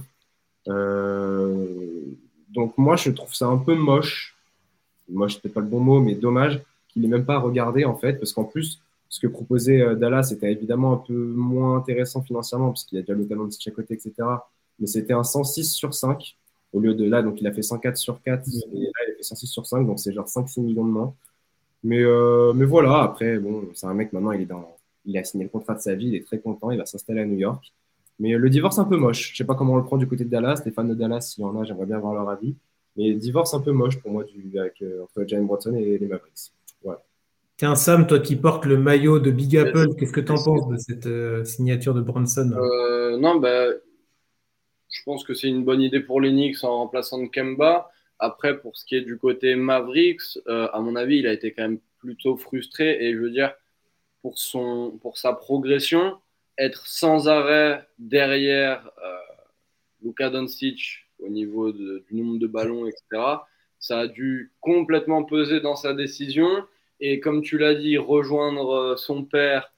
Donc moi, je trouve ça un peu moche. Moche, c'est peut-être pas le bon mot, mais dommage qu'il n'ait même pas regardé, en fait, parce qu'en plus, ce que proposait Dallas était évidemment un peu moins intéressant financièrement, parce qu'il y a déjà le talent de à côté, etc. Mais c'était un 106 sur 5, au lieu de là, donc il a fait 104 sur 4, et là, il a fait 106 sur 5, donc c'est genre 5-6 millions de moins. Mais voilà, après, bon, c'est un mec, maintenant, il a signé le contrat de sa vie, il est très content, il va s'installer à New York. Mais le divorce un peu moche. Je sais pas comment on le prend du côté de Dallas. Les fans de Dallas, s'il y en a, j'aimerais bien avoir leur avis. Mais divorce un peu moche pour moi entre Jalen Brunson et les Mavericks. Voilà. Tiens, Sam, toi qui portes le maillot de Big Apple, qu'est-ce que tu en penses de cette signature de Brunson? Non, bah, je pense que c'est une bonne idée pour les Knicks en remplaçant Kemba. Après, pour ce qui est du côté Mavericks, à mon avis, il a été quand même plutôt frustré. Et je veux dire, pour sa progression, être sans arrêt derrière Luka Doncic au niveau du nombre de ballons, etc., ça a dû complètement peser dans sa décision. Et comme tu l'as dit, rejoindre son père,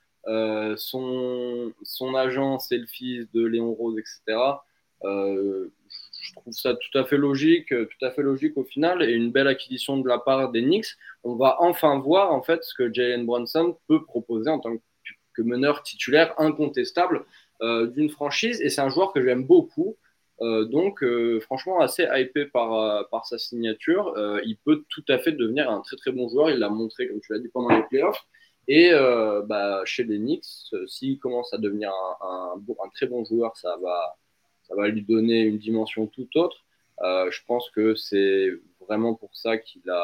son agent, c'est le fils de Léon Rose, etc. Je trouve ça tout à fait logique au final, et une belle acquisition de la part des Knicks. On va enfin voir en fait ce que Jalen Brunson peut proposer en tant que meneur titulaire incontestable d'une franchise, et c'est un joueur que j'aime beaucoup. Donc, franchement, assez hypé par sa signature. Il peut tout à fait devenir un très très bon joueur. Il l'a montré, comme tu l'as dit, pendant les playoffs. Et chez les Knicks, s'il commence à devenir un très bon joueur, ça va lui donner une dimension tout autre. Je pense que c'est vraiment pour ça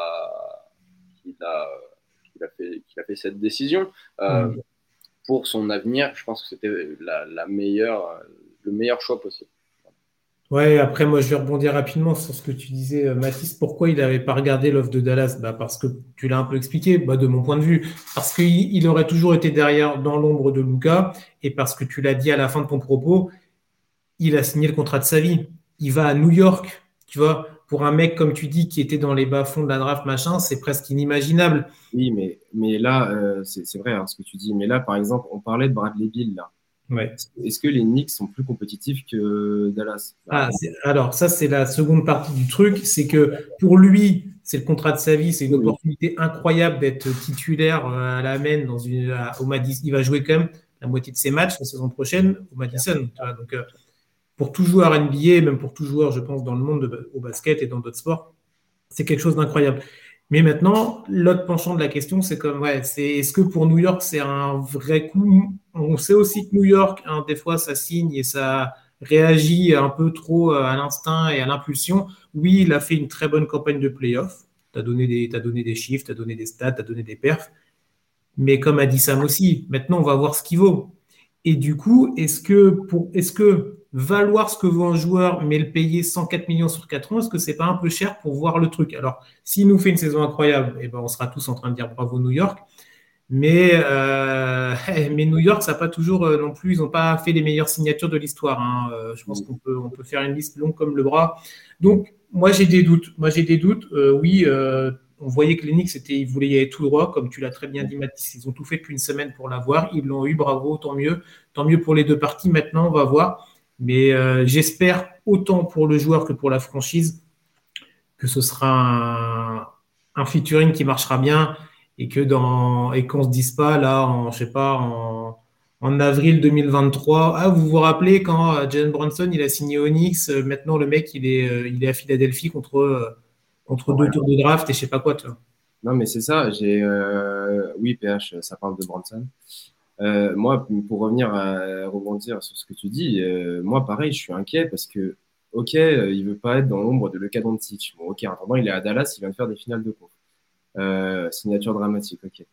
qu'il a, qu'il a fait cette décision. Pour son avenir, je pense que c'était le meilleur choix possible. Ouais, après, moi, je vais rebondir rapidement sur ce que tu disais, Mathis. Pourquoi il n'avait pas regardé l'offre de Dallas? Bah, parce que tu l'as un peu expliqué, bah, de mon point de vue. Parce qu'il aurait toujours été derrière, dans l'ombre de Luka, et parce que tu l'as dit à la fin de ton propos, il a signé le contrat de sa vie. Il va à New York, tu vois. Pour un mec, comme tu dis, qui était dans les bas-fonds de la draft, machin, c'est presque inimaginable. Oui, mais là, c'est vrai hein, ce que tu dis. Mais là, par exemple, on parlait de Bradley Beal, là. Ouais. Est-ce que les Knicks sont plus compétitifs que Dallas? Alors, ça, c'est la seconde partie du truc. C'est que pour lui, c'est le contrat de sa vie. C'est une opportunité incroyable d'être titulaire à la main au Madison. Il va jouer quand même la moitié de ses matchs la saison prochaine au Madison. Donc, pour tout joueur NBA, même pour tout joueur, je pense, dans le monde au basket et dans d'autres sports, c'est quelque chose d'incroyable. Mais maintenant, l'autre penchant de la question, c'est comme, ouais, est-ce que pour New York, c'est un vrai coup? On sait aussi que New York, hein, des fois, ça signe et ça réagit un peu trop à l'instinct et à l'impulsion. Oui, il a fait une très bonne campagne de playoff. Tu as donné des chiffres, tu as donné des stats, tu as donné des perfs. Mais comme a dit Sam aussi, maintenant, on va voir ce qu'il vaut. Et du coup, est-ce que valoir ce que vaut un joueur, mais le payer 104 millions sur 4 ans, est-ce que c'est pas un peu cher pour voir le truc? Alors, s'il nous fait une saison incroyable, eh ben, on sera tous en train de dire bravo New York. Mais New York, ça n'a pas toujours non plus, ils n'ont pas fait les meilleures signatures de l'histoire. Hein. Je pense on peut faire une liste longue comme le bras. Donc, moi, j'ai des doutes. Oui, on voyait que les Knicks, ils voulaient y aller tout droit, comme tu l'as très bien dit, Mathis. Ils ont tout fait depuis une semaine pour l'avoir. Ils l'ont eu, bravo, tant mieux. Tant mieux pour les deux parties. Maintenant, on va voir. Mais j'espère autant pour le joueur que pour la franchise que ce sera un featuring qui marchera bien et qu'on se dise pas là, je sais pas, en avril 2023. Ah, vous vous rappelez quand Jalen Brunson il a signé Onyx, maintenant le mec il est à Philadelphie contre deux tours de draft et je sais pas quoi. Toi. Non, mais c'est ça. Oui, PH, ça parle de Brunson. Moi, pour rebondir sur ce que tu dis, moi, pareil, je suis inquiet parce que, ok, il veut pas être dans l'ombre de Luka Doncic. Bon, ok, en attendant, il est à Dallas, il vient de faire des finales de conf. Signature dramatique, ok.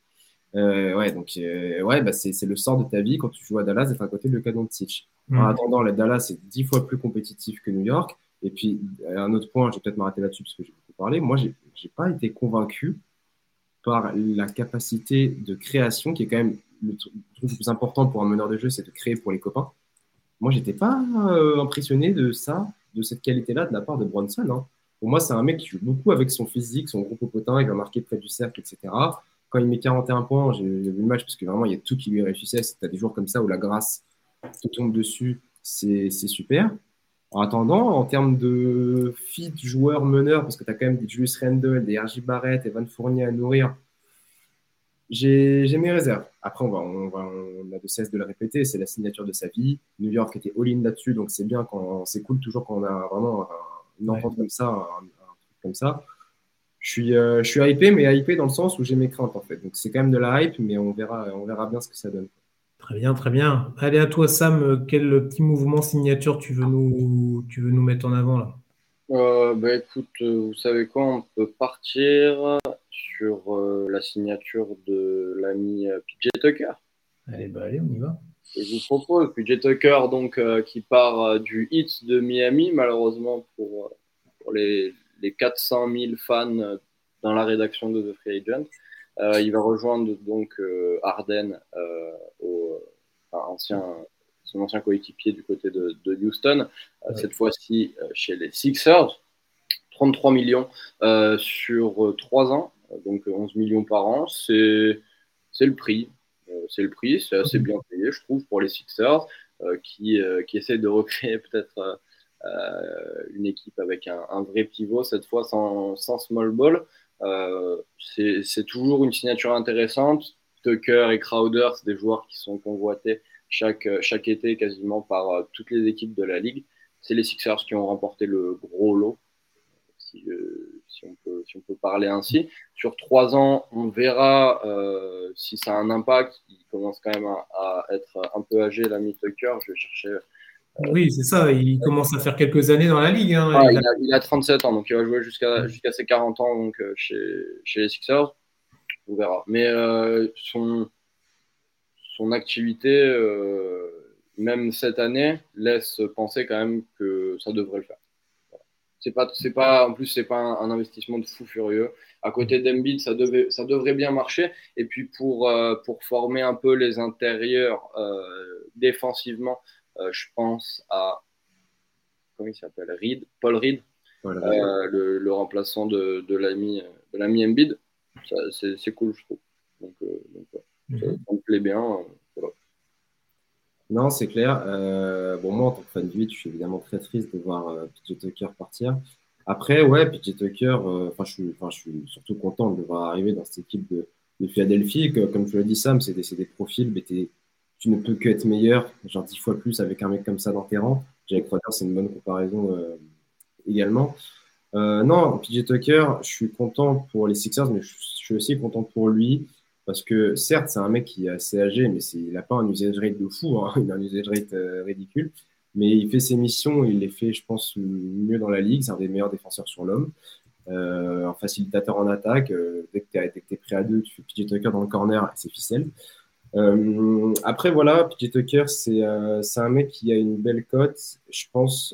Ouais, donc ouais, bah, c'est le sort de ta vie quand tu joues à Dallas d'être à côté de Luka Doncic. En Mm. attendant, le Dallas est 10 fois plus compétitif que New York. Et puis, un autre point, je vais peut-être m'arrêter là-dessus parce que j'ai beaucoup parlé. Moi, j'ai pas été convaincu par la capacité de création, qui est quand même le truc le plus important pour un meneur de jeu, c'est de créer pour les copains. Moi, j'étais pas impressionné de ça, de cette qualité-là de la part de Bronson, hein. Pour moi, c'est un mec qui joue beaucoup avec son physique, son gros popotin, il va marquer près du cercle, etc. Quand il met 41 points, j'ai vu le match parce que vraiment, il y a tout qui lui réussissait. Tu as des jours comme ça où la grâce te tombe dessus, c'est super. En attendant, en termes de fit joueur meneur, parce que tu as quand même des Julius Randle, des R.J. Barrett, Evan Fournier à nourrir, j'ai mes réserves. Après, on a de cesse de le répéter, c'est la signature de sa vie. New York était all-in là-dessus, donc c'est bien quand c'est cool toujours quand on a vraiment une Ouais. entente comme ça, un truc comme ça. Je suis hypé, mais hypé dans le sens où j'ai mes craintes en fait. Donc c'est quand même de la hype, mais on verra bien ce que ça donne. Très bien, très bien. Allez, à toi, Sam, quel petit mouvement signature tu veux nous mettre en avant là? Bah écoute, vous savez quoi, on peut partir sur la signature de l'ami PJ Tucker. Allez, bah allez, on y va. Et je vous propose PJ Tucker donc qui part du Heat de Miami, malheureusement pour les 400 000 fans dans la rédaction de The Free Agent. Il va rejoindre donc Harden, enfin, son ancien coéquipier du côté de Houston, Ouais. cette fois-ci chez les Sixers. 33 millions sur 3 ans, donc 11 millions par an, c'est le prix. C'est le prix, c'est assez bien payé, je trouve, pour les Sixers, qui essayent de recréer peut-être une équipe avec un vrai pivot, cette fois sans small ball. C'est toujours une signature intéressante. Tucker et Crowder, c'est des joueurs qui sont convoités chaque été quasiment par toutes les équipes de la ligue. C'est les Sixers qui ont remporté le gros lot, si on peut parler ainsi. Sur 3 ans, on verra si ça a un impact. Il commence quand même à être un peu âgé, l'ami Tucker. Je vais chercher. Oui, c'est ça. Il commence à faire quelques années dans la ligue, hein. Il a 37 ans, donc il va jouer jusqu'à ses 40 ans donc, chez les Sixers. On verra. Mais son activité, même cette année, laisse penser quand même que ça devrait le faire. En plus, c'est pas un investissement de fou furieux. À côté d'Embiid, ça devrait bien marcher. Et puis pour former un peu les intérieurs défensivement, je pense à comment il s'appelle, Paul Reed, Voilà. le remplaçant de l'ami Embiid. C'est cool, je trouve. Donc, ouais, ça me plaît bien. Voilà. Non, c'est clair. Bon, moi, en tant que fan du 8, je suis évidemment très triste de voir PJ Tucker partir. Après, ouais, PJ Tucker, je suis surtout content de le voir arriver dans cette équipe de Philadelphie. Comme tu l'as dit, Sam, c'est des profils, mais tu ne peux que être meilleur, genre 10 fois plus avec un mec comme ça dans tes rangs. Jake Crowder, c'est une bonne comparaison également. Non, PJ Tucker, je suis content pour les Sixers, mais je suis aussi content pour lui. Parce que certes, c'est un mec qui est assez âgé, mais il n'a pas un usage rate de fou, hein. Il a un usage rate ridicule. Mais il fait ses missions, il les fait, je pense, mieux dans la ligue. C'est un des meilleurs défenseurs sur l'homme. Un facilitateur en attaque. Dès que tu es prêt à deux, tu fais PJ Tucker dans le corner, et c'est ficelle. Après, voilà, PJ Tucker, c'est un mec qui a une belle cote. Je pense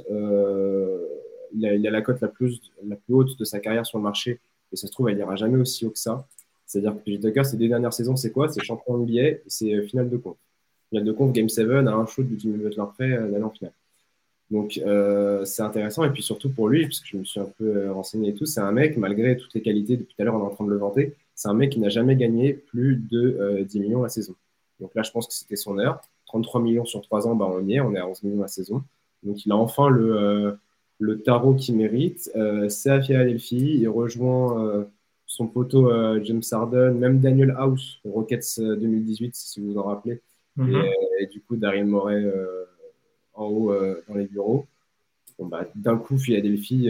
il a la cote la plus haute de sa carrière sur le marché. Et ça se trouve, elle n'ira jamais aussi haut que ça. C'est-à-dire que PJ Tucker, ces 2 dernières saisons, c'est quoi? C'est champion NBA et c'est finale de conf. Finale de conf, Game 7, à un shoot du Jimmy Butler près d'aller en finale. Donc, c'est intéressant. Et puis surtout pour lui, parce que je me suis un peu renseigné et tout, c'est un mec, malgré toutes les qualités, depuis tout à l'heure, on est en train de le vanter, c'est un mec qui n'a jamais gagné plus de 10 millions la saison. Donc là, je pense que c'était son heure. 33 millions sur 3 ans, bah, on y est, on est à 11 millions la saison. Donc il a enfin le tarot qu'il mérite. C'est à Philadelphie, il rejoint son poteau James Harden, même Daniel House, Rockets 2018, si vous vous en rappelez. Mhm. Et du coup, Daryl Morey en haut dans les bureaux. Bon, bah, d'un coup, Philadelphie,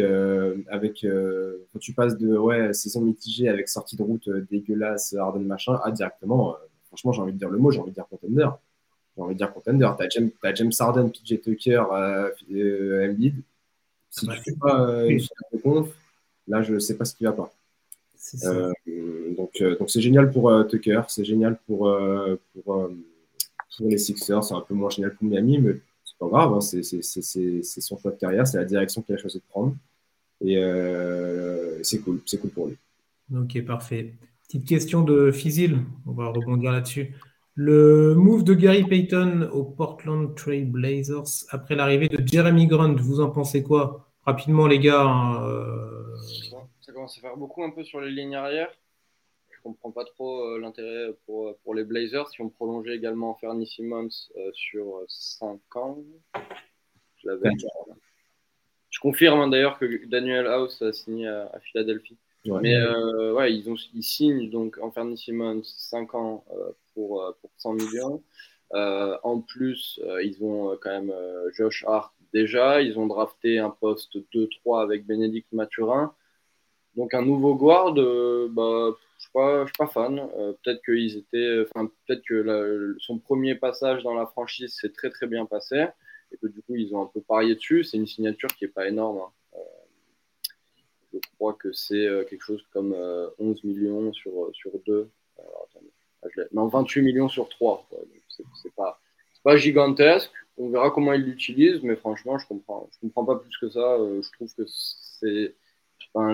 quand tu passes de saison mitigée avec sortie de route dégueulasse, Harden machin, à directement, franchement, j'ai envie de dire le mot, j'ai envie de dire contender. J'ai envie de dire contender. T'as James Harden, PJ Tucker, Embiid. Si tu fais pas une finale de conf, là, je sais pas ce qui va pas. C'est ça. Donc c'est génial pour Tucker, c'est génial pour les Sixers, c'est un peu moins génial pour Miami, mais c'est pas grave, hein, c'est son choix de carrière, c'est la direction qu'il a choisi de prendre. Et c'est cool pour lui. Ok, parfait. Petite question de Fizil, on va rebondir là-dessus. Le move de Gary Payton au Portland Trail Blazers après l'arrivée de Jeremy Grant, vous en pensez quoi? Rapidement, les gars. Hein, Ça commence à faire beaucoup un peu sur les lignes arrière. Je comprends pas trop l'intérêt pour les Blazers qui ont prolongé également Fernie Simmons sur 5 ans. Je l'avais. Je confirme hein, d'ailleurs que Daniel House a signé à Philadelphie. Ouais. Mais ouais, ils signent donc Anthony Simmons 5 ans pour 100 millions. En plus, ils ont quand même Josh Hart déjà. Ils ont drafté un poste 2-3 avec Bénédicte Mathurin. Donc un nouveau guard, bah, je suis pas fan. Peut-être qu'ils étaient, enfin peut-être que son premier passage dans la franchise s'est très très bien passé et que du coup ils ont un peu parié dessus. C'est une signature qui est pas énorme. Hein. Je crois que c'est quelque chose comme 11 millions sur 2. Attendez, non, 28 millions sur 3. Quoi. C'est pas gigantesque. On verra comment ils l'utilisent, mais franchement, je comprends pas plus que ça. Je trouve que c'est enfin,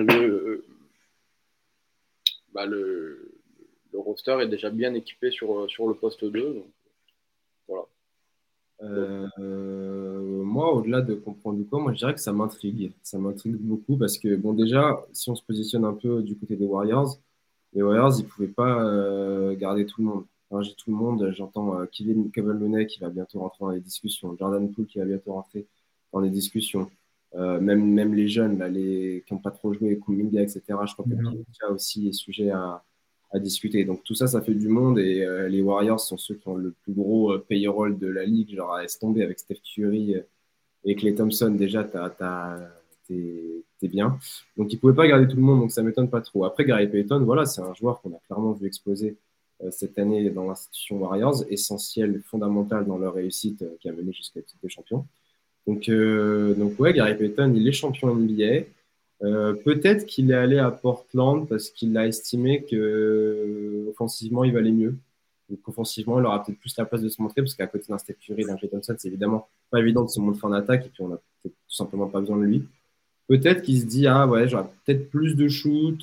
le roster est déjà bien équipé sur le poste 2. Donc, voilà. Moi, au-delà de comprendre du quoi, moi je dirais que ça m'intrigue. Ça m'intrigue beaucoup parce que, bon, déjà, si on se positionne un peu du côté des Warriors, les Warriors, ils ne pouvaient pas garder tout le monde. Enfin, j'ai tout le monde, j'entends Kevin Looney qui va bientôt rentrer dans les discussions, Jordan Poole qui va bientôt rentrer dans les discussions, même les jeunes, là, qui n'ont pas trop joué, Kuminga, etc. Je crois que Kuminga aussi est sujet à discuter. Donc tout ça, ça fait du monde et les Warriors sont ceux qui ont le plus gros payroll de la ligue, genre à laisse tomber avec Steph Curry et Klay Thompson, déjà, t'es bien. Donc ils ne pouvaient pas garder tout le monde, donc ça ne m'étonne pas trop. Après, Gary Payton, voilà, c'est un joueur qu'on a clairement vu exploser cette année dans l'institution Warriors, essentiel, fondamental dans leur réussite qui a mené jusqu'à la titre de champion. Donc ouais, Gary Payton, il est champion NBA. Peut-être qu'il est allé à Portland parce qu'il a estimé que offensivement il valait mieux. Donc offensivement, il aura peut-être plus la place de se montrer parce qu'à côté d'un Steph Curry, d'un Klay Thompson, c'est évidemment pas évident de se montrer en attaque et puis on n'a tout simplement pas besoin de lui. Peut-être qu'il se dit ah ouais, j'aurais peut-être plus de shoot,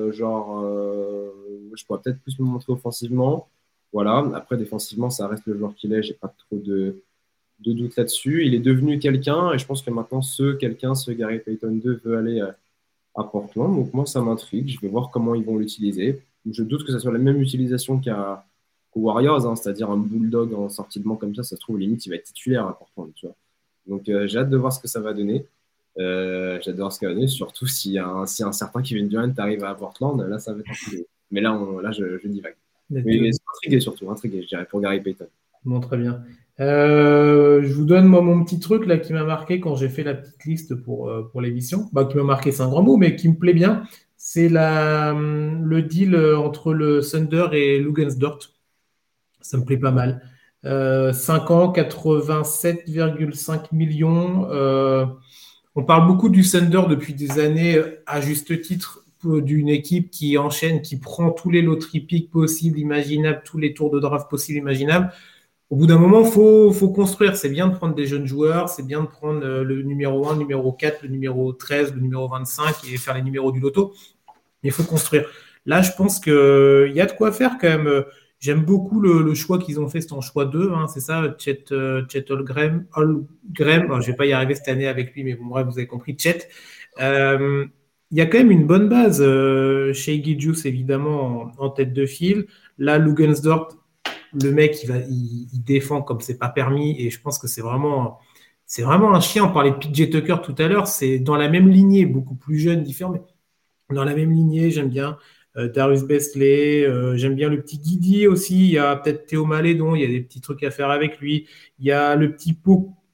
je pourrais peut-être plus me montrer offensivement. Voilà. Après défensivement, ça reste le joueur qu'il est. J'ai pas trop de doute là-dessus. Il est devenu quelqu'un et je pense que maintenant ce Gary Payton 2 veut aller à Portland. Donc moi, ça m'intrigue. Je vais voir comment ils vont l'utiliser. Je doute que ça soit la même utilisation qu'aux Warriors, hein, c'est-à-dire un bulldog en sortie de banc comme ça se trouve, limite, il va être titulaire à Portland. Tu vois. Donc j'ai hâte de voir ce que ça va donner. J'adore ce qu'il va donner, surtout si un certain Kevin Durant arrive à Portland, là, ça va être un peu... Mais là, je divague. Mais c'est intrigué, je dirais, pour Gary Payton. Bon, très bien. Je vous donne moi mon petit truc là qui m'a marqué quand j'ai fait la petite liste pour l'émission. Bah, qui m'a marqué, c'est un grand mot, mais qui me plaît bien. C'est le deal entre le Thunder et Luguensdorf. Ça me plaît pas mal. 5 ans, 87,5 millions. On parle beaucoup du Thunder depuis des années, à juste titre, d'une équipe qui enchaîne, qui prend tous les loteries picks possibles, imaginables, tous les tours de draft possibles, imaginables. Au bout d'un moment, faut construire. C'est bien de prendre des jeunes joueurs, c'est bien de prendre le numéro 1, le numéro 4, le numéro 13, le numéro 25 et faire les numéros du loto. Mais il faut construire. Là, je pense qu'il y a de quoi faire quand même. J'aime beaucoup le choix qu'ils ont fait, c'est en choix 2, hein, c'est ça, Chet Holmgren. Je ne vais pas y arriver cette année avec lui, mais bon, bref, vous avez compris, Chet. Il y a quand même une bonne base. Shai Gilgeous, évidemment, en tête de file. Là, Luguensdorf, le mec, il défend comme c'est pas permis, et je pense que c'est vraiment un chien. On parlait de PJ Tucker tout à l'heure, c'est dans la même lignée, beaucoup plus jeune, différent, mais dans la même lignée, j'aime bien. Darius Beasley, j'aime bien le petit Guidi aussi. Il y a peut-être Théo Malédon, il y a des petits trucs à faire avec lui. Il y a le petit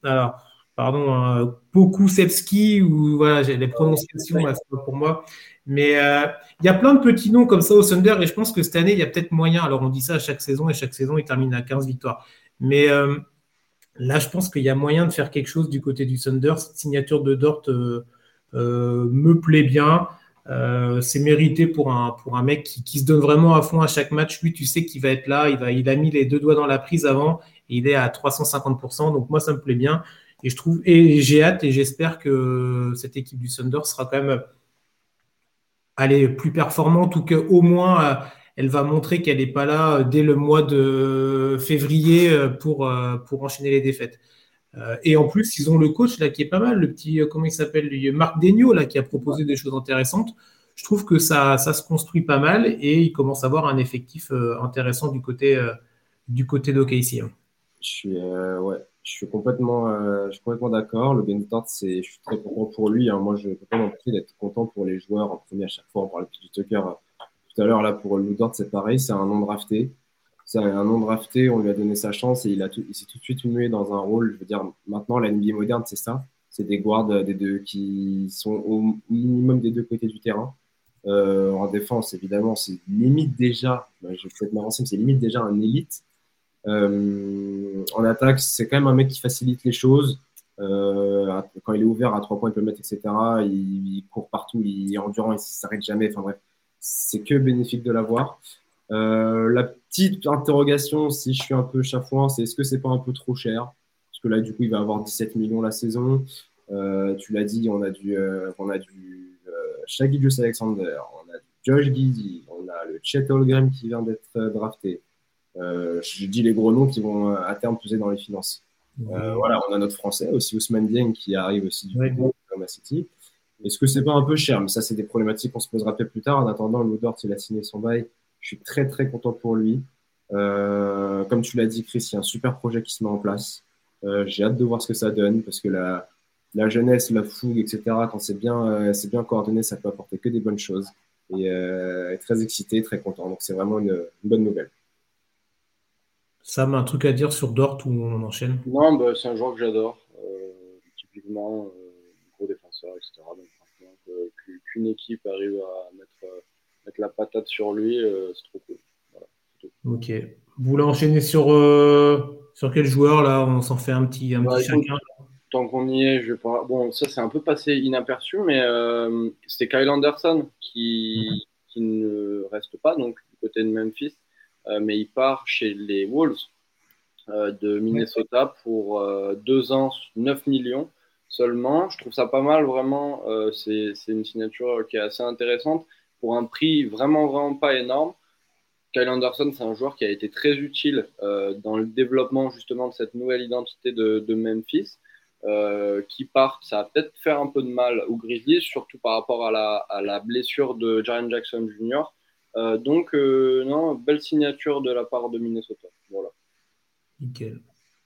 Pokusevski, ou voilà, j'ai les prononciations, là, c'est pas pour moi. Mais il y a plein de petits noms comme ça au Thunder, et je pense que cette année, il y a peut-être moyen. Alors, on dit ça à chaque saison, et chaque saison, il termine à 15 victoires. Mais là, je pense qu'il y a moyen de faire quelque chose du côté du Thunder. Cette signature de Dort me plaît bien. C'est mérité pour un mec qui se donne vraiment à fond à chaque match. Lui, tu sais qu'il va être là. Il a mis les deux doigts dans la prise avant et il est à 350%. Donc, moi, ça me plaît bien. Et j'ai hâte et j'espère que cette équipe du Thunder sera quand même plus performante ou qu'au moins elle va montrer qu'elle n'est pas là dès le mois de février pour enchaîner les défaites. Et en plus, ils ont le coach là qui est pas mal, le petit, comment il s'appelle, lui, Marc Daigneault, là, qui a proposé des choses intéressantes. Je trouve que ça se construit pas mal et il commence à avoir un effectif intéressant du côté d'OKC. Hein. Ouais, je suis complètement d'accord. Le Dort, je suis très content pour lui. Hein. Moi, je ne peux pas m'empêcher d'être content pour les joueurs en premier à chaque fois. On parlait de Tucker tout à l'heure. Là, pour Lou Dort, c'est pareil. C'est un non drafté. C'est un non drafté. On lui a donné sa chance et il s'est tout de suite mué dans un rôle. Je veux dire, maintenant, la NBA moderne, c'est ça. C'est des guards des deux qui sont au minimum des deux côtés du terrain. En défense, évidemment, c'est limite déjà, je vais peut-être m'avancer, mais c'est limite déjà un élite. En attaque, c'est quand même un mec qui facilite les choses. Quand il est ouvert à 3 points, il peut le mettre, etc. Il court partout, il est endurant, il ne s'arrête jamais. Enfin bref, c'est que bénéfique de l'avoir. La petite interrogation, si je suis un peu chafouin, c'est est-ce que c'est pas un peu trop cher? Parce que là, du coup, il va avoir 17 millions la saison. Tu l'as dit, on a du Shai Gilgeous-Alexander, on a du Josh Giddey, on a le Chet Holmgren qui vient d'être drafté. Je dis les gros noms qui vont à terme peser dans les finances. Voilà, on a notre Français aussi, Ousmane Dieng, qui arrive aussi du coup de Oklahoma City. Est-ce que c'est pas un peu cher? Mais ça, c'est des problématiques qu'on se posera peut-être plus tard. En attendant, Lou Dort, il a signé son bail. Je suis très, très content pour lui. Comme tu l'as dit, Chris, il y a un super projet qui se met en place. J'ai hâte de voir ce que ça donne parce que la jeunesse, la fougue, etc., quand c'est bien coordonné, ça peut apporter que des bonnes choses. Et très excité, très content. Donc, c'est vraiment une bonne nouvelle. Sam, un truc à dire sur Dort où on enchaîne? Non, bah, c'est un joueur que j'adore. Typiquement, gros défenseur, etc. Donc, franchement, qu'une équipe arrive à mettre la patate sur lui, c'est trop cool. Voilà, c'est tout. Ok. Vous voulez enchaîner sur quel joueur là? On s'en fait un petit Bah, écoute, chacun. tant qu'on y est, je vais pas. Bon, ça c'est un peu passé inaperçu, mais c'était Kyle Anderson qui ne reste pas donc du côté de Memphis, mais il part chez les Wolves de Minnesota pour 2 ans, 9 millions seulement. Je trouve ça pas mal, vraiment. C'est une signature qui est assez intéressante pour un prix vraiment, vraiment pas énorme. Kyle Anderson, c'est un joueur qui a été très utile dans le développement justement de cette nouvelle identité de Memphis. Qui part, ça va peut-être faire un peu de mal aux Grizzlies, surtout par rapport à la blessure de Jaren Jackson Jr. Donc, non, belle signature de la part de Minnesota. Voilà. Nickel.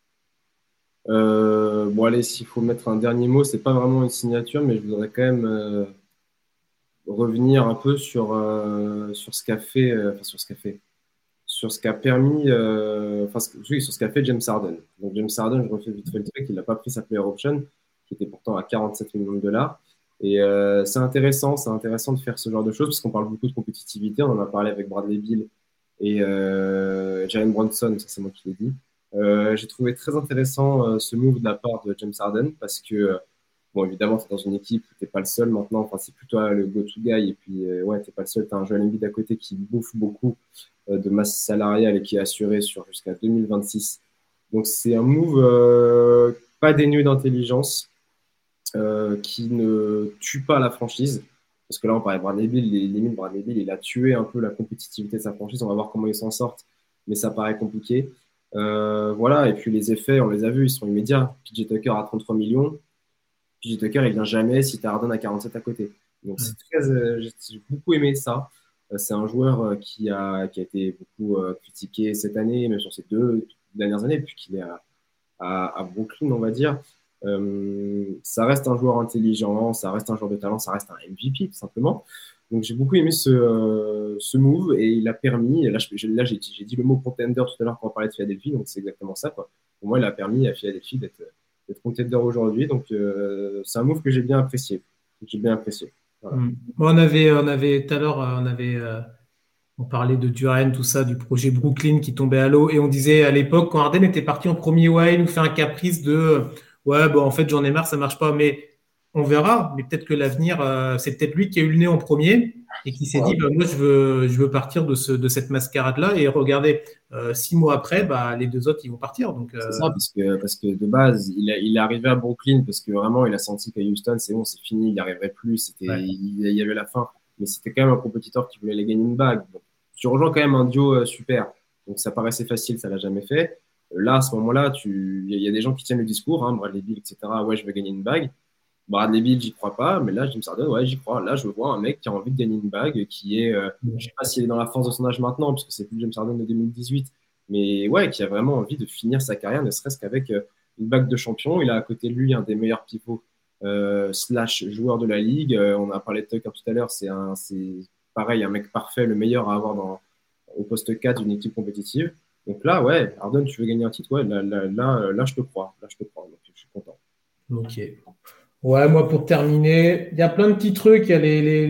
Bon, allez, s'il faut mettre un dernier mot, c'est pas vraiment une signature, mais je voudrais quand même revenir un peu sur ce qu'a fait, sur ce qu'a permis, sur ce qu'a fait James Harden. Donc James Harden, je refais vite fait le truc, il n'a pas pris sa player option, qui était pourtant à 47 millions de dollars. Et c'est intéressant de faire ce genre de choses, parce qu'on parle beaucoup de compétitivité, on en a parlé avec Bradley Beal et Jalen Brunson, ça c'est moi qui l'ai dit. J'ai trouvé très intéressant ce move de la part de James Harden, parce que bon, évidemment, tu es dans une équipe où tu n'es pas le seul maintenant. Enfin, c'est plutôt le go-to guy. Et puis, ouais, tu n'es pas le seul. Tu as un Joel Embiid à côté qui bouffe beaucoup de masse salariale et qui est assuré jusqu'à 2026. Donc, c'est un move pas dénué d'intelligence qui ne tue pas la franchise. Parce que là, on parlait de Bradley Beal. Limite, Bradley Beal, il a tué un peu la compétitivité de sa franchise. On va voir comment ils s'en sortent. Mais ça paraît compliqué. Voilà. Et puis, les effets, on les a vus. Ils sont immédiats. PJ Tucker à 33 millions. PJ Tucker, il vient jamais si tu as Harden à 47 à côté. Donc, j'ai beaucoup aimé ça. C'est un joueur qui a été beaucoup critiqué cette année, même sur ces 2 dernières années, depuis qu'il est à Brooklyn, on va dire. Ça reste un joueur intelligent, ça reste un joueur de talent, ça reste un MVP, tout simplement. Donc, j'ai beaucoup aimé ce move et il a permis, là j'ai dit le mot contender tout à l'heure quand on parlait de Philadelphie, donc c'est exactement ça, quoi. Pour moi, il a permis à Philadelphie d'être contender aujourd'hui. Donc, c'est un move que j'ai bien apprécié. Voilà. Bon, on avait tout à l'heure, on parlait de Durant, tout ça, du projet Brooklyn qui tombait à l'eau. Et on disait à l'époque, quand Harden était parti en premier, ouais, il nous fait un caprice de ouais, bon, en fait, j'en ai marre, ça marche pas. Mais on verra, mais peut-être que l'avenir, c'est peut-être lui qui a eu le nez en premier et qui s'est dit, bah, moi, je veux partir de cette mascarade-là. Et regardez, 6 mois après, bah, les deux autres, ils vont partir. Donc, C'est ça, parce que de base, il est arrivé à Brooklyn parce que vraiment, il a senti qu'à Houston, c'est bon, c'est fini, il n'y arriverait plus, il y avait la fin. Mais c'était quand même un compétiteur qui voulait aller gagner une bague. Donc, tu rejoins quand même un duo super. Donc, ça paraissait facile, ça l'a jamais fait. Là, à ce moment-là, il y a des gens qui tiennent le discours, hein, Bradley Beal, etc. Ouais, je veux gagner une bague. Bradley Beal, j'y crois pas, mais là, James Harden, ouais, j'y crois. Là, je vois un mec qui a envie de gagner une bague, qui est, je sais pas s'il est dans la force de son âge maintenant, parce que c'est plus James Harden de 2018, mais ouais, qui a vraiment envie de finir sa carrière, ne serait-ce qu'avec une bague de champion. Il a à côté de lui un des meilleurs pivots slash joueurs de la ligue. On a parlé de Tucker tout à l'heure, c'est pareil, un mec parfait, le meilleur à avoir au poste 4 d'une équipe compétitive. Donc là, ouais, Harden, tu veux gagner un titre, ouais, là, je te crois. Là, je te crois, donc je suis content. Ok. Ouais, moi, pour terminer, il y a plein de petits trucs. Il y a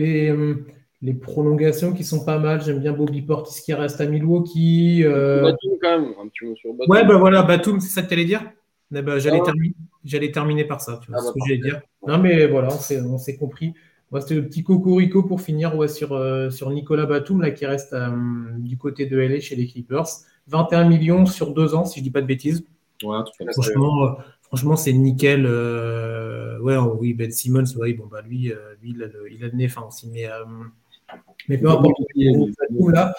les prolongations qui sont pas mal. J'aime bien Bobby Portis qui reste à Milwaukee. Batum, quand même, un petit mot sur Batum. Ouais, bah voilà, Batum, c'est ça que tu allais dire? Eh ben, Ah. j'allais terminer par ça, tu vois, Ah, c'est ce bah, que j'allais parfait. dire. Non, mais voilà, on s'est compris. Moi, c'était le petit cocorico pour finir ouais, sur Nicolas Batum, là, qui reste du côté de LA chez les Clippers. 21 millions sur 2 ans, si je dis pas de bêtises. Ouais, tout à fait. Franchement, c'est nickel. Ouais, oui, Ben Simmons, ouais, bon, bah, lui il a le nez fin aussi. Mais peu importe. Batum, là,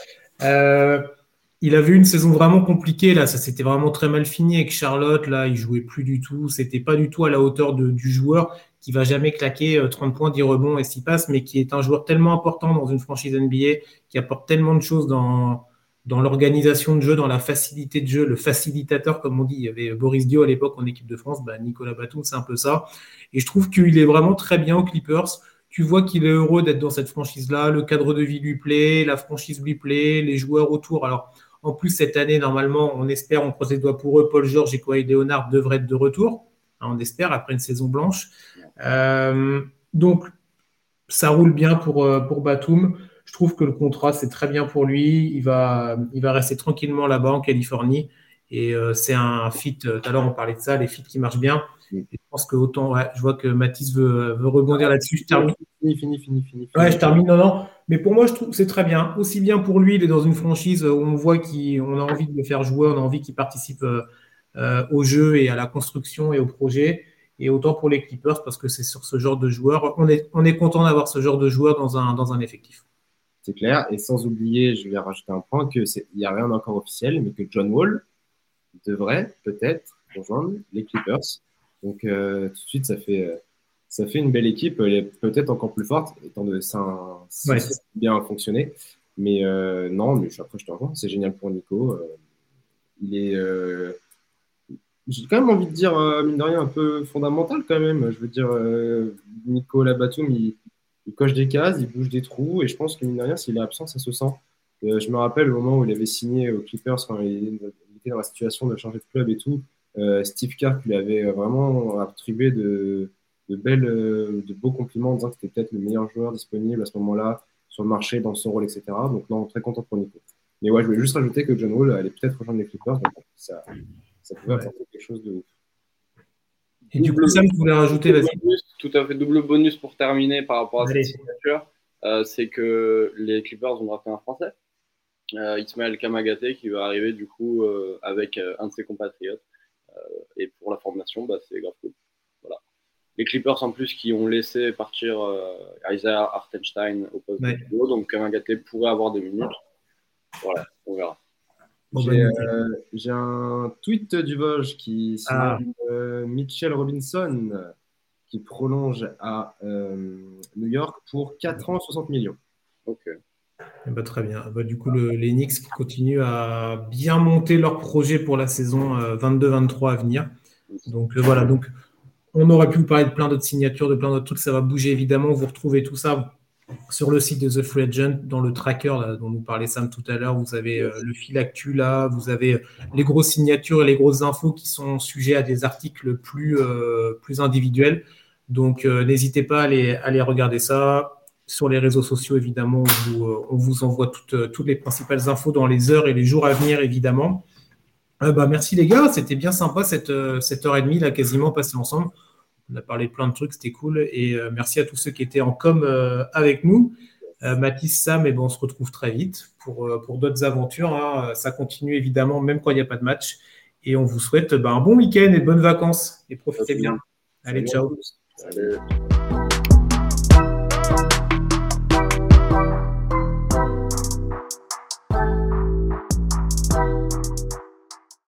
il avait une saison vraiment compliquée. Là, ça s'était vraiment très mal fini avec Charlotte. Là, il jouait plus du tout. C'était pas du tout à la hauteur du joueur qui va jamais claquer 30 points, 10 rebonds et 6 passes, mais qui est un joueur tellement important dans une franchise NBA, qui apporte tellement de choses dans l'organisation de jeu, dans la facilité de jeu, le facilitateur, comme on dit. Il y avait Boris Dio à l'époque en équipe de France. Bah, Nicolas Batum, c'est un peu ça. Et je trouve qu'il est vraiment très bien aux Clippers. Tu vois qu'il est heureux d'être dans cette franchise-là. Le cadre de vie lui plaît, la franchise lui plaît, les joueurs autour. Alors, en plus, cette année, normalement, on croise les doigts pour eux, Paul George et Kawhi Leonard devraient être de retour. On espère, après une saison blanche. Donc, ça roule bien pour Batum. Je trouve que le contrat, c'est très bien pour lui. Il va rester tranquillement là-bas en Californie. Et c'est un fit, tout à l'heure on parlait de ça, les fits qui marchent bien. Et je pense que autant, ouais, je vois que Mathis veut rebondir là-dessus. Je termine. Fini. Ouais, je termine. Non. Mais pour moi, je trouve que c'est très bien. Aussi bien pour lui, il est dans une franchise où on voit qu'on a envie de le faire jouer, on a envie qu'il participe au jeu et à la construction et au projet. Et autant pour les Clippers, parce que c'est sur ce genre de joueur. On est content d'avoir ce genre de joueur dans un effectif. C'est clair. Et sans oublier, je vais rajouter un point, il n'y a rien encore officiel, mais que John Wall devrait peut-être rejoindre les Clippers. Donc tout de suite, ça fait une belle équipe. Elle est peut-être encore plus forte, étant donné ça Ouais. bien fonctionné. Mais non, mais après, je te rejoins. C'est génial pour Nico. Il est, j'ai quand même envie de dire, mine de rien, un peu fondamental quand même. Je veux dire, Nico Batum, il coche des cases, il bouge des trous, et je pense que mine de rien, s'il est absent, ça se sent. Je me rappelle le moment où il avait signé aux Clippers, quand il était dans la situation de changer de club et tout. Steve Kerr lui avait vraiment attribué de beaux compliments en disant que c'était peut-être le meilleur joueur disponible à ce moment-là sur le marché, dans son rôle, etc. Donc non, très content pour Nico. Mais ouais, je voulais juste rajouter que John Wall allait peut-être rejoindre les Clippers, donc ça pouvait apporter quelque chose de ouf. Et du coup, Sam, tu voulais rajouter, vas-y. Tout à fait, double bonus pour terminer par rapport à cette signature, c'est que les Clippers ont drafté un Français, Ismaël Kamagaté, qui va arriver du coup avec un de ses compatriotes. Et pour la formation, c'est grave cool. Voilà. Les Clippers en plus qui ont laissé partir Isaiah Hartenstein au poste de pivot, donc Kamagaté pourrait avoir des minutes. Voilà, on verra. J'ai un tweet du Vosges qui signale Mitchell Robinson qui prolonge à New York pour 4 ans, 60 millions. Ok. Très bien. Du coup, les Knicks continuent à bien monter leur projet pour la saison 22-23 à venir. Donc voilà, donc on aurait pu vous parler de plein d'autres signatures, de plein d'autres trucs. Ça va bouger évidemment. Vous retrouvez tout ça sur le site de The Free Agent, dans le tracker là, dont nous parlait Sam tout à l'heure. Vous avez le fil actu là, vous avez les grosses signatures et les grosses infos qui sont sujets à des articles plus individuels. Donc n'hésitez pas à aller regarder ça. Sur les réseaux sociaux, évidemment, on vous envoie toutes les principales infos dans les heures et les jours à venir, évidemment. Merci les gars, c'était bien sympa cette heure et demie là, quasiment passée ensemble. On a parlé de plein de trucs, c'était cool. Et merci à tous ceux qui étaient en com avec nous. Mathis, Sam, et on se retrouve très vite pour d'autres aventures, hein. Ça continue évidemment, même quand il n'y a pas de match. Et on vous souhaite un bon week-end et de bonnes vacances. Et profitez bien. Allez, ciao. Salut.